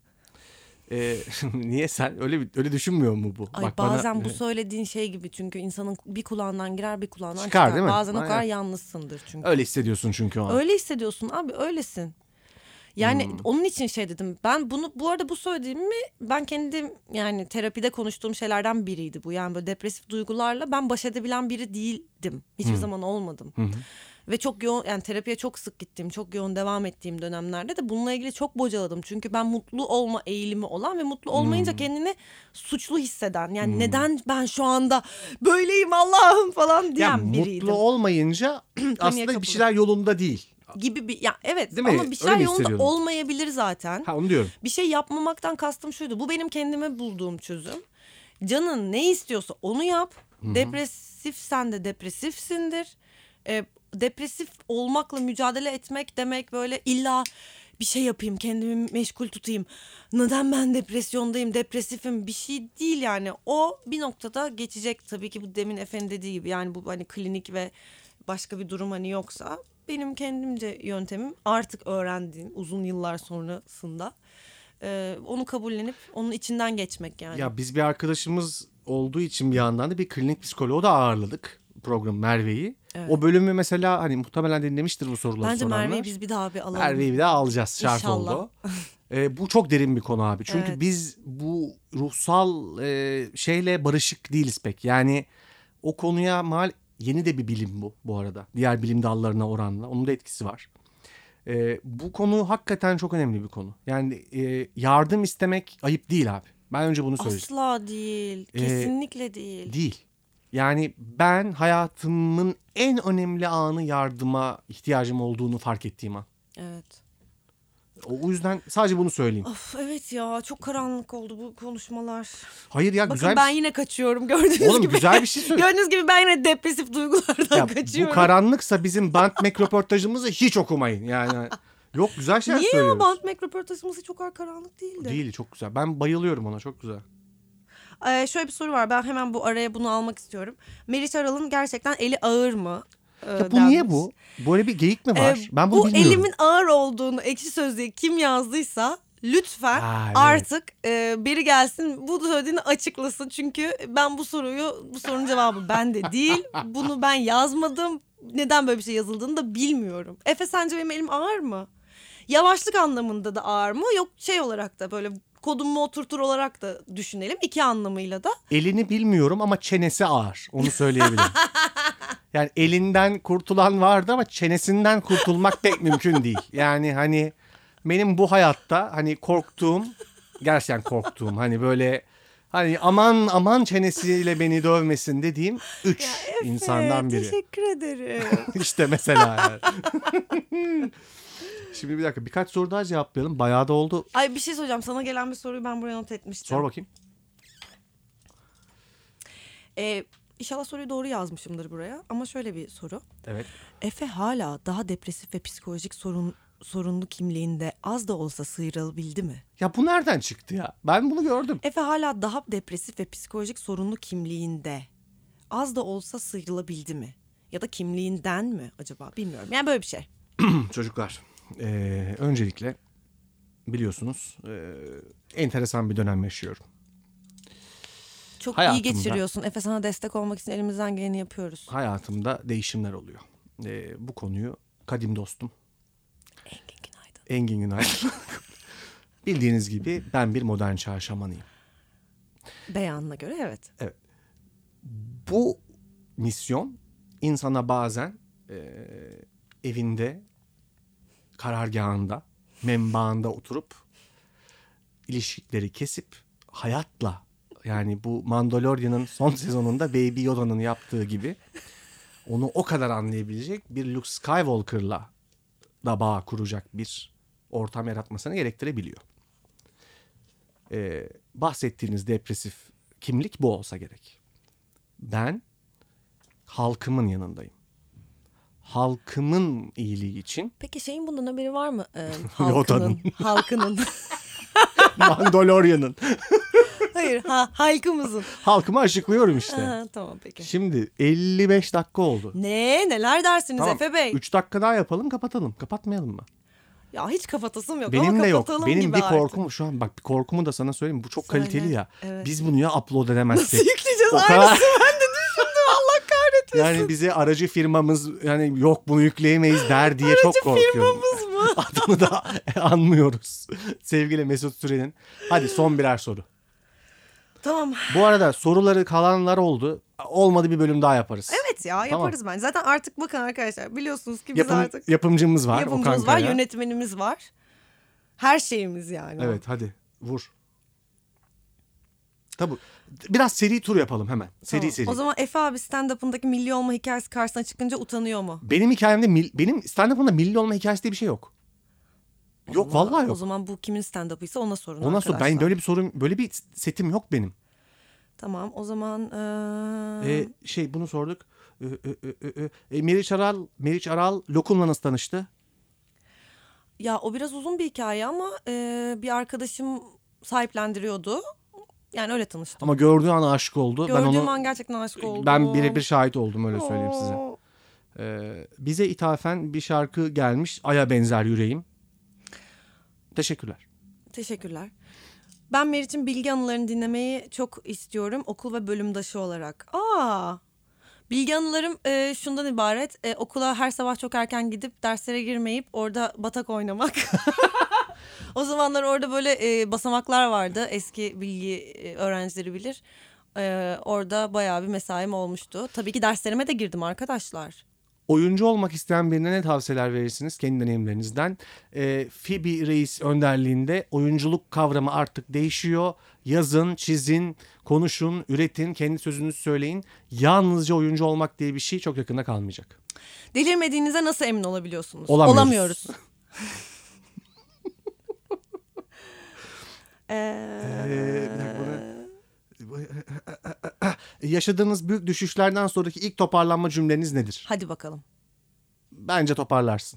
Ee, niye sen öyle öyle düşünmüyor mu bu? Ay Bak bazen bana, bu söylediğin şey gibi, çünkü insanın bir kulağından girer bir kulağından çıkar, çıkar. değil mi? Bazen o Aynen. kadar yalnızsındır çünkü. Öyle hissediyorsun çünkü o an. Öyle hissediyorsun abi, öylesin. Yani Hmm. onun için şey dedim. Ben bunu, bu arada bu söylediğimi ben kendim, yani terapide konuştuğum şeylerden biriydi bu. Yani böyle depresif duygularla ben baş edebilen biri değildim. Hiçbir Hmm. zaman olmadım. Hı hı. Ve çok yoğun, yani terapiye çok sık gittiğim, çok yoğun devam ettiğim dönemlerde de bununla ilgili çok bocaladım. Çünkü ben mutlu olma eğilimi olan ve mutlu olmayınca Hmm. kendini suçlu hisseden, yani Hmm. neden ben şu anda böyleyim Allah'ım falan diyen Yani biriydim. mutlu olmayınca aslında kapılı. bir şeyler yolunda değil. Gibi bir, ya evet, Değil mi? ama bir Öyle şeyler mi yolunda hissediyordun? olmayabilir zaten. Ha, onu diyorum. Bir şey yapmamaktan kastım şuydu. Bu benim kendime bulduğum çözüm. Canın ne istiyorsa onu yap. Hı-hı. Depresifsen de depresifsindir. Ee, depresif olmakla mücadele etmek demek böyle illa bir şey yapayım, kendimi meşgul tutayım. Neden ben depresyondayım, depresifim, bir şey değil yani. O bir noktada geçecek tabii ki, bu demin Efe'nin dediği gibi. Yani bu hani klinik ve başka bir durum hani yoksa, benim kendimce yöntemim artık öğrendiğim uzun yıllar sonrasında e, onu kabullenip onun içinden geçmek yani. Ya biz bir arkadaşımız olduğu için bir yandan da bir klinik psikoloğu da ağırladık, program Merve'yi. Evet. O bölümü mesela hani muhtemelen dinlemiştir bu soruları Bence soranlar. Merve'yi biz bir daha bir alalım. Merve'yi bir daha alacağız, şart İnşallah. oldu. Ee, bu çok derin bir konu abi. Çünkü Evet. biz bu ruhsal e, şeyle barışık değiliz pek. Yani o konuya mal yeni de bir bilim bu bu arada. Diğer bilim dallarına oranla. Onun da etkisi var. Ee, bu konu hakikaten çok önemli bir konu. Yani e, yardım istemek ayıp değil abi. Ben önce bunu söyleyeyim. Asla değil. Ee, Kesinlikle değil. Değil. Yani ben hayatımın en önemli anı yardıma ihtiyacım olduğunu fark ettiğim an. Evet. O yüzden sadece bunu söyleyeyim. Of evet ya, çok karanlık oldu bu konuşmalar. Hayır ya, Bakın güzel ben bir... yine kaçıyorum gördüğünüz Oğlum, gibi. güzel bir şey söyle. Gördüğünüz gibi ben yine depresif duygulardan Ya, kaçıyorum. bu karanlıksa bizim Band Mac röportajımızı hiç okumayın. Yani yok, güzel şeyler Niye söylüyoruz. ya, Band Mac röportajımız çok kadar karanlık değildi. Değil, çok güzel. Ben bayılıyorum ona, çok güzel. Ee, şöyle bir soru var, ben hemen bu araya bunu almak istiyorum. Meriç Aral'ın gerçekten eli ağır mı? Ee, Ya bu denmiş. niye bu? Böyle bir geyik mi var? Ee, Ben bunu bu bilmiyorum. elimin ağır olduğunu Ekşi Sözlüğe kim yazdıysa lütfen Ha, evet. artık e, biri gelsin bu söylediğini açıklasın. Çünkü ben bu soruyu, bu sorunun cevabı bende değil. Bunu ben yazmadım. Neden böyle bir şey yazıldığını da bilmiyorum. Efe, sence benim elim ağır mı? Yavaşlık anlamında da ağır mı? Yok şey olarak da böyle kodumu oturtur olarak da düşünelim. İki anlamıyla da. Elini bilmiyorum ama çenesi ağır. Onu söyleyebilirim. Yani elinden kurtulan vardı ama çenesinden kurtulmak pek mümkün değil. Yani hani benim bu hayatta hani korktuğum, gerçekten korktuğum, hani böyle hani aman aman çenesiyle beni dövmesin dediğim üç Efe, insandan biri. Teşekkür ederim. İşte mesela yani. Şimdi bir dakika, birkaç soru daha cevaplayalım. Bayağı da oldu. Ay bir şey soracağım. Sana gelen bir soruyu ben buraya not etmiştim. Sor bakayım. Ee, inşallah soruyu doğru yazmışımdır buraya. Ama şöyle bir soru. Evet. Efe hala daha depresif ve psikolojik sorun sorunlu kimliğinde az da olsa sıyrılabildi mi? Ya bu nereden çıktı ya? Ben bunu gördüm. Efe hala daha depresif ve psikolojik sorunlu kimliğinde az da olsa sıyrılabildi mi? Ya da kimliğinden mi acaba? Bilmiyorum. Yani böyle bir şey. Çocuklar, e, öncelikle biliyorsunuz e, enteresan bir dönem yaşıyorum. Çok Hayatımda- iyi geçiriyorsun. Efe, sana destek olmak için elimizden geleni yapıyoruz. Hayatımda değişimler oluyor. E, bu konuyu kadim dostum Engin günaydın. Engin Günaydın. Bildiğiniz gibi ben bir modern çağ şamanıyım. Beyanına göre evet. Bu misyon insana bazen e, evinde, karargahında, menbaında oturup ilişkileri kesip hayatla, yani bu Mandalorian'ın son sezonunda Baby Yoda'nın yaptığı gibi onu o kadar anlayabilecek bir Luke Skywalker'la da bağ kuracak bir ortam yaratmasını gerektirebiliyor. Ee, bahsettiğiniz depresif kimlik bu olsa gerek. Ben halkımın yanındayım. Halkımın iyiliği için Peki şeyin bundan haberi var mı? Ee, Yoda'nın. halkının. halkının. Mandalorian'ın. Hayır ha, halkımızın. Halkıma açıklıyorum işte. Ha, tamam peki. Şimdi elli beş dakika oldu. Ne neler dersiniz Tamam, Efe Bey? üç dakika daha yapalım, kapatalım. Kapatmayalım mı? Ya hiç kapatasım yok Benim ama de yok. kapatalım Benim gibi bir artık. korkum şu an, bak bir korkumu da sana söyleyeyim. Bu çok Söyle. kaliteli ya. Evet. Biz bunu ya upload edemezsek. Nasıl yükleyeceğiz? O Aynısı kadar- ben de düşündüm Allah kahretmesin. Yani bize aracı firmamız yani yok bunu yükleyemeyiz der diye çok korkuyorum. Firmamız mı? Adını da anmıyoruz. Sevgili Mesut Süren'in. Hadi son birer soru. Tamam. Bu arada soruları kalanlar oldu. Olmadı bir bölüm daha yaparız. Evet ya yaparız bence. Zaten artık bakın arkadaşlar biliyorsunuz ki biz Yapım, artık yapımcımız var. yapımcımız Okan var, Kaya. yönetmenimiz var. Her şeyimiz yani. Evet hadi vur. Tabii. Biraz seri tur yapalım hemen. Seri Tamam. seri. O zaman Efe abi stand-up'ındaki milli olma hikayesi karşısına çıkınca utanıyor mu? Benim hikayemde mil, benim stand-up'ımda milli olma hikayesi diye bir şey yok. Yok O zaman- vallahi O yok. zaman bu kimin stand-up'ıysa ona sorun Ona sor. arkadaşlar. Ben böyle bir sorun, böyle bir setim yok benim. Tamam o zaman eee, Ee, şey bunu sorduk. Ee, e, e, e, e, Meriç Aral, Meriç Aral Lokum'la nasıl tanıştı? ya o biraz uzun bir hikaye ama eee, bir arkadaşım sahiplendiriyordu. Yani öyle tanıştım. Ama gördüğü an aşık oldu. Gördüğüm ben onu an gerçekten aşık oldum. ben birebir şahit oldum, öyle söyleyeyim size. Oo. Ee, bize ithafen bir şarkı gelmiş. Aya benzer yüreğim. Teşekkürler. Teşekkürler. Ben Meriç'in bilgi anılarını dinlemeyi çok istiyorum okul ve bölümdaşı olarak. Aa, bilgi anılarım e, şundan ibaret. E, okula her sabah çok erken gidip derslere girmeyip orada batak oynamak. O zamanlar orada böyle e, basamaklar vardı. Eski bilgi e, öğrencileri bilir. E, orada bayağı bir mesaim olmuştu. Tabii ki derslerime de girdim arkadaşlar. Oyuncu olmak isteyen birine ne tavsiyeler verirsiniz kendi deneyimlerinizden? Ee, Phoebe Reis önderliğinde oyunculuk kavramı artık değişiyor. Yazın, çizin, konuşun, üretin, kendi sözünüzü söyleyin. Yalnızca oyuncu olmak diye bir şey çok yakında kalmayacak. Delirmediğinize nasıl emin olabiliyorsunuz? Olamıyoruz. Olamıyoruz. Ee, Ee, bir dakika, bunu- Yaşadığınız büyük düşüşlerden sonraki ilk toparlanma cümleniz nedir? Hadi bakalım. Bence toparlarsın.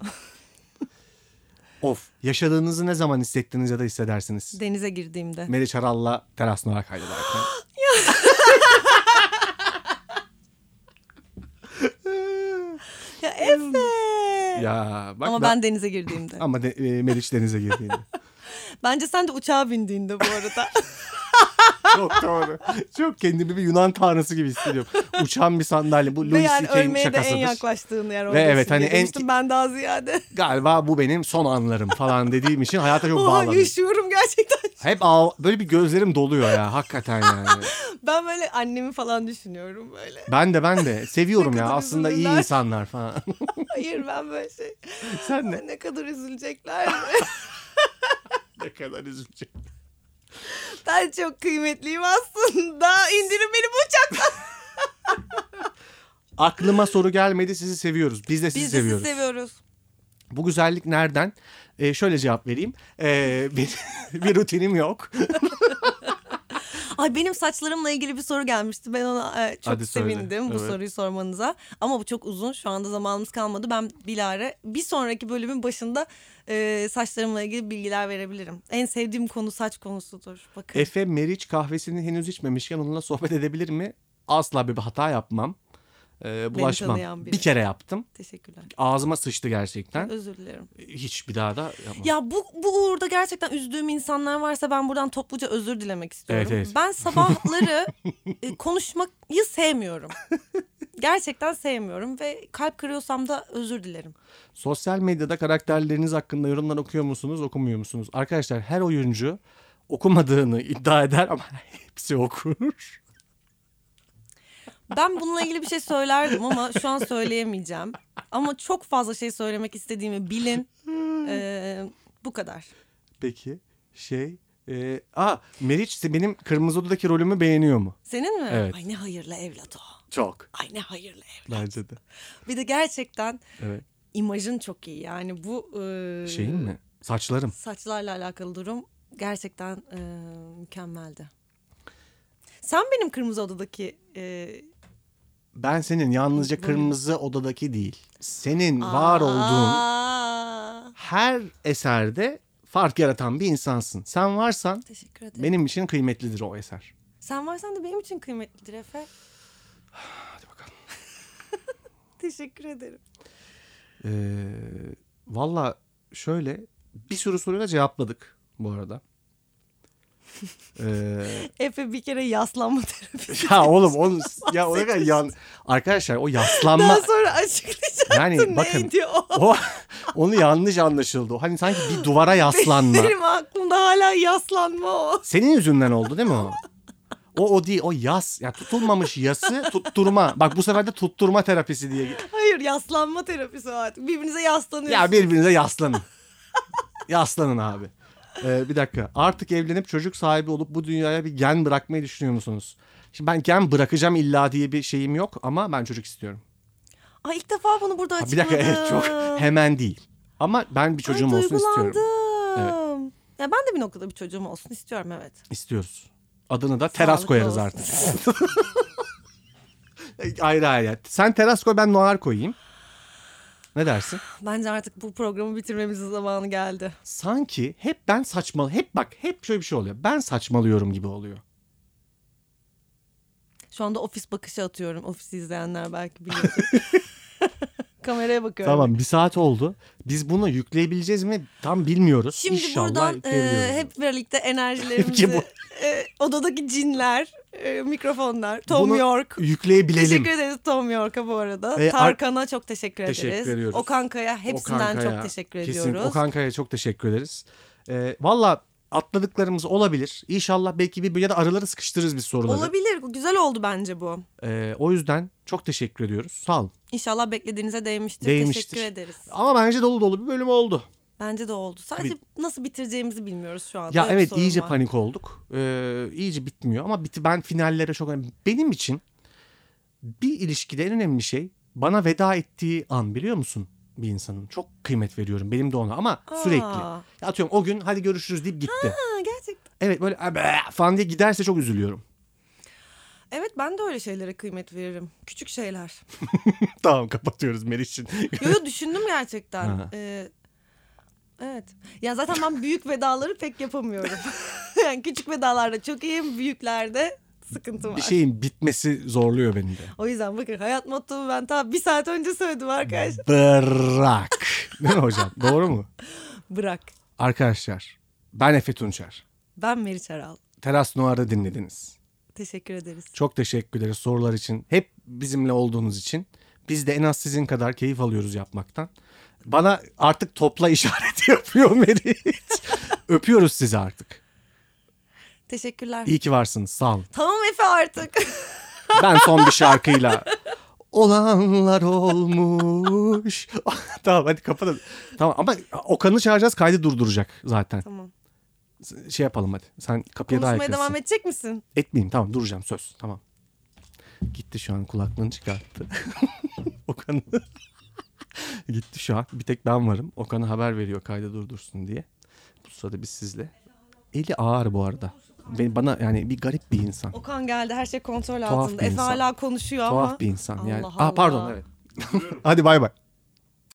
Of, yaşadığınızı ne zaman hissettiniz ya da hissedersiniz? Denize girdiğimde. Meriç Aral'la Teras Noir kaydederken. Ya Efe. Ya bak Ama ben denize girdiğimde. ama de, e, Meriç denize girdiğinde. Bence sen de uçağa bindiğinde bu arada. Çok doğru. Çok kendimi bir Yunan tanrısı gibi hissediyorum. Uçan bir sandalye. Bu Ve Louis yani C K'in ölmeye de en şakasıdır. yaklaştığın yer Ve evet, hani en- demiştim ben daha ziyade. Galiba bu benim son anlarım falan dediğim için hayata çok Oha bağlandım. yaşıyorum gerçekten. Hep ağ- böyle bir gözlerim doluyor ya hakikaten yani. Ben böyle annemi falan düşünüyorum böyle. Ben de ben de seviyorum Ne ya kadar aslında iyi üzülürler. insanlar falan. Hayır ben böyle şey. Sen de Ne kadar üzülecekler. ne kadar üzücü. Ben çok kıymetliyim aslında. İndirin beni bu uçaktan. Aklıma soru gelmedi, sizi seviyoruz. Biz de sizi Biz de sizi seviyoruz. seviyoruz. Bu güzellik nereden? Ee, şöyle cevap vereyim. Ee, bir, bir rutinim yok. Ay benim saçlarımla ilgili bir soru gelmişti. Ben ona e, çok Hadi söyle. sevindim bu Evet. soruyu sormanıza. Ama bu çok uzun. Şu anda zamanımız kalmadı. Ben bilare bir sonraki bölümün başında e, saçlarımla ilgili bilgiler verebilirim. En sevdiğim konu saç konusudur. Bakın. Efe Meriç kahvesini henüz içmemişken onunla sohbet edebilir mi? Asla bir hata yapmam. Ee, bulaşmam. tanıyan biri. Bir kere yaptım. Teşekkürler. Ağzıma sıçtı gerçekten. Özür dilerim. Hiç bir daha da yapmam. Ya bu, bu uğurda gerçekten üzdüğüm insanlar varsa ben buradan topluca özür dilemek istiyorum. Evet, evet. Ben sabahları e, konuşmayı sevmiyorum. Gerçekten sevmiyorum ve kalp kırıyorsam da özür dilerim. Sosyal medyada karakterleriniz hakkında yorumlar okuyor musunuz, okumuyor musunuz? Arkadaşlar her oyuncu okumadığını iddia eder ama hepsi okur. Ben bununla ilgili bir şey söylerdim ama şu an söyleyemeyeceğim. Ama çok fazla şey söylemek istediğimi bilin. Ee, bu kadar. Peki şey... E, aa Meriç benim Kırmızı Oda'daki rolümü beğeniyor mu? Senin mi? Evet. Ay ne hayırlı evlat o. Çok. Ay ne hayırlı evlat. Bence de. Bir de gerçekten Evet. imajın çok iyi. Yani bu e, Şeyin mi? Saçlarım. saçlarla alakalı durum gerçekten e, mükemmeldi. Sen benim Kırmızı Oda'daki e, Ben senin yalnızca Böyle. Kırmızı Oda'daki değil. Senin var olduğun Aa, her eserde fark yaratan bir insansın. Sen varsan Teşekkür ederim. benim için kıymetlidir o eser. Sen varsan da benim için kıymetlidir Efe. Hadi bakalım. Teşekkür ederim. Ee, Valla şöyle bir sürü soruyla cevapladık bu arada. Ee, Efe bir kere yaslanma terapisi. ya oğlum onu ya o kadar yan arkadaşlar o yaslanma Daha sonra açıklayacaktın yani bakın neydi o? o onu yanlış anlaşıldı. Hani sanki bir duvara yaslanma. Benim aklımda hala yaslanma o. Senin yüzünden oldu değil mi o? O o değil o yas. Ya tutulmamış yası tutturma. Bak bu sefer de tutturma terapisi diye. Hayır yaslanma terapisi o artık. Birbirinize yaslanıyorsunuz. Ya birbirinize yaslanın. Yaslanın abi. Ee, bir dakika. Artık evlenip çocuk sahibi olup bu dünyaya bir gen bırakmayı düşünüyor musunuz? Şimdi ben gen bırakacağım illa diye bir şeyim yok ama ben çocuk istiyorum. Ay ilk defa bunu burada Ha, bir açıkladım. dakika evet çok hemen değil. Ama ben bir çocuğum Ay, olsun istiyorum. duygulandım. Ya ben de bir noktada bir çocuğum olsun istiyorum evet. İstiyoruz. Adını da teras Sağlıklı koyarız olsun. artık. Ayrı ayrı. Sen teras koy ben Noir koyayım. Ne dersin? Bence artık bu programı bitirmemizin zamanı geldi. Sanki hep ben saçmalı. Hep bak hep şöyle bir şey oluyor. Ben saçmalıyorum gibi oluyor. Şu anda ofis bakışı atıyorum. Ofisi izleyenler belki biliyor. Kameraya bakıyorum. Tamam bir saat oldu. Biz bunu yükleyebileceğiz mi tam bilmiyoruz. Şimdi İnşallah buradan e, yükleyebiliyoruz. hep birlikte enerjilerimizi, bu- e, odadaki cinler, e, mikrofonlar, Tom Bunu York. yükleyebilelim. Teşekkür ederiz Tom York'a bu arada. E, Tarkan'a çok teşekkür, teşekkür ederiz. ediyoruz. Okan Kaya hepsinden Okan Kaya, çok teşekkür kesin, ediyoruz. Okan Kaya'ya çok teşekkür ederiz. Ee, Valla atladıklarımız olabilir. İnşallah belki bir ya da araları sıkıştırırız biz soruları. Olabilir. Güzel oldu bence bu. Ee, o yüzden çok teşekkür ediyoruz. Sağ olun. İnşallah beklediğinize değmiştir. Değmiştir. Teşekkür ederiz. Ama bence dolu dolu bir bölüm oldu. Bence de oldu. Sadece Tabii. nasıl bitireceğimizi bilmiyoruz şu anda. Ya Öyle bir evet sorun iyice var. panik olduk. Ee, iyice bitmiyor ama biti, ben finallere çok önemli. Benim için bir ilişkide en önemli şey bana veda ettiği an biliyor musun? Bir insanın. Çok kıymet veriyorum. Benim de ona ama Aa. sürekli. Ya atıyorum o gün hadi görüşürüz deyip gitti. Ha, gerçekten. Evet böyle "Abe" falan diye giderse çok üzülüyorum. Evet ben de öyle şeylere kıymet veririm. Küçük şeyler. Tamam kapatıyoruz Meriç'in. Yo, yo düşündüm gerçekten. Ha. Ee, evet. Ya zaten ben büyük vedaları pek yapamıyorum. Yani küçük vedalarda çok iyiyim. Büyüklerde sıkıntı var. Bir şeyin bitmesi zorluyor beni de. O yüzden bakın hayat mottomu ben ta bir saat önce söyledim arkadaşlar. Bırak. Değil mi hocam? Doğru mu? Bırak. Arkadaşlar ben Efe Tunçer. Ben Meriç Aral. Teras Noir'ı dinlediniz. Teşekkür ederiz. Çok teşekkür ederiz sorular için. Hep bizimle olduğunuz için. Biz de en az sizin kadar keyif alıyoruz yapmaktan. Bana artık topla işareti yapıyor Meriç. Öpüyoruz sizi artık. Teşekkürler. İyi ki varsınız. Sağ olun. Tamam Efe artık. Ben son bir şarkıyla olanlar olmuş. Tamam hadi kapatalım. Tamam ama Okan'ı çağıracağız kaydı durduracak zaten. Tamam. Şey yapalım hadi. Sen kapıya daha Konuşmaya yakınsın. devam edecek misin? Etmeyeyim tamam duracağım söz tamam. Gitti şu an kulaklığını çıkarttı. Okan'ı. Gitti şu an. Bir tek ben varım. Okan'a haber veriyor kaydı durdursun diye. Bu sırada biz sizle. Eli ağır bu arada. Ben, bana yani bir garip bir insan. Okan geldi her şey kontrol Tuhaf altında. bir Efe insan. hala konuşuyor Tuhaf ama. bir insan yani. Allah Aa, pardon Allah. evet. Hadi bay bay.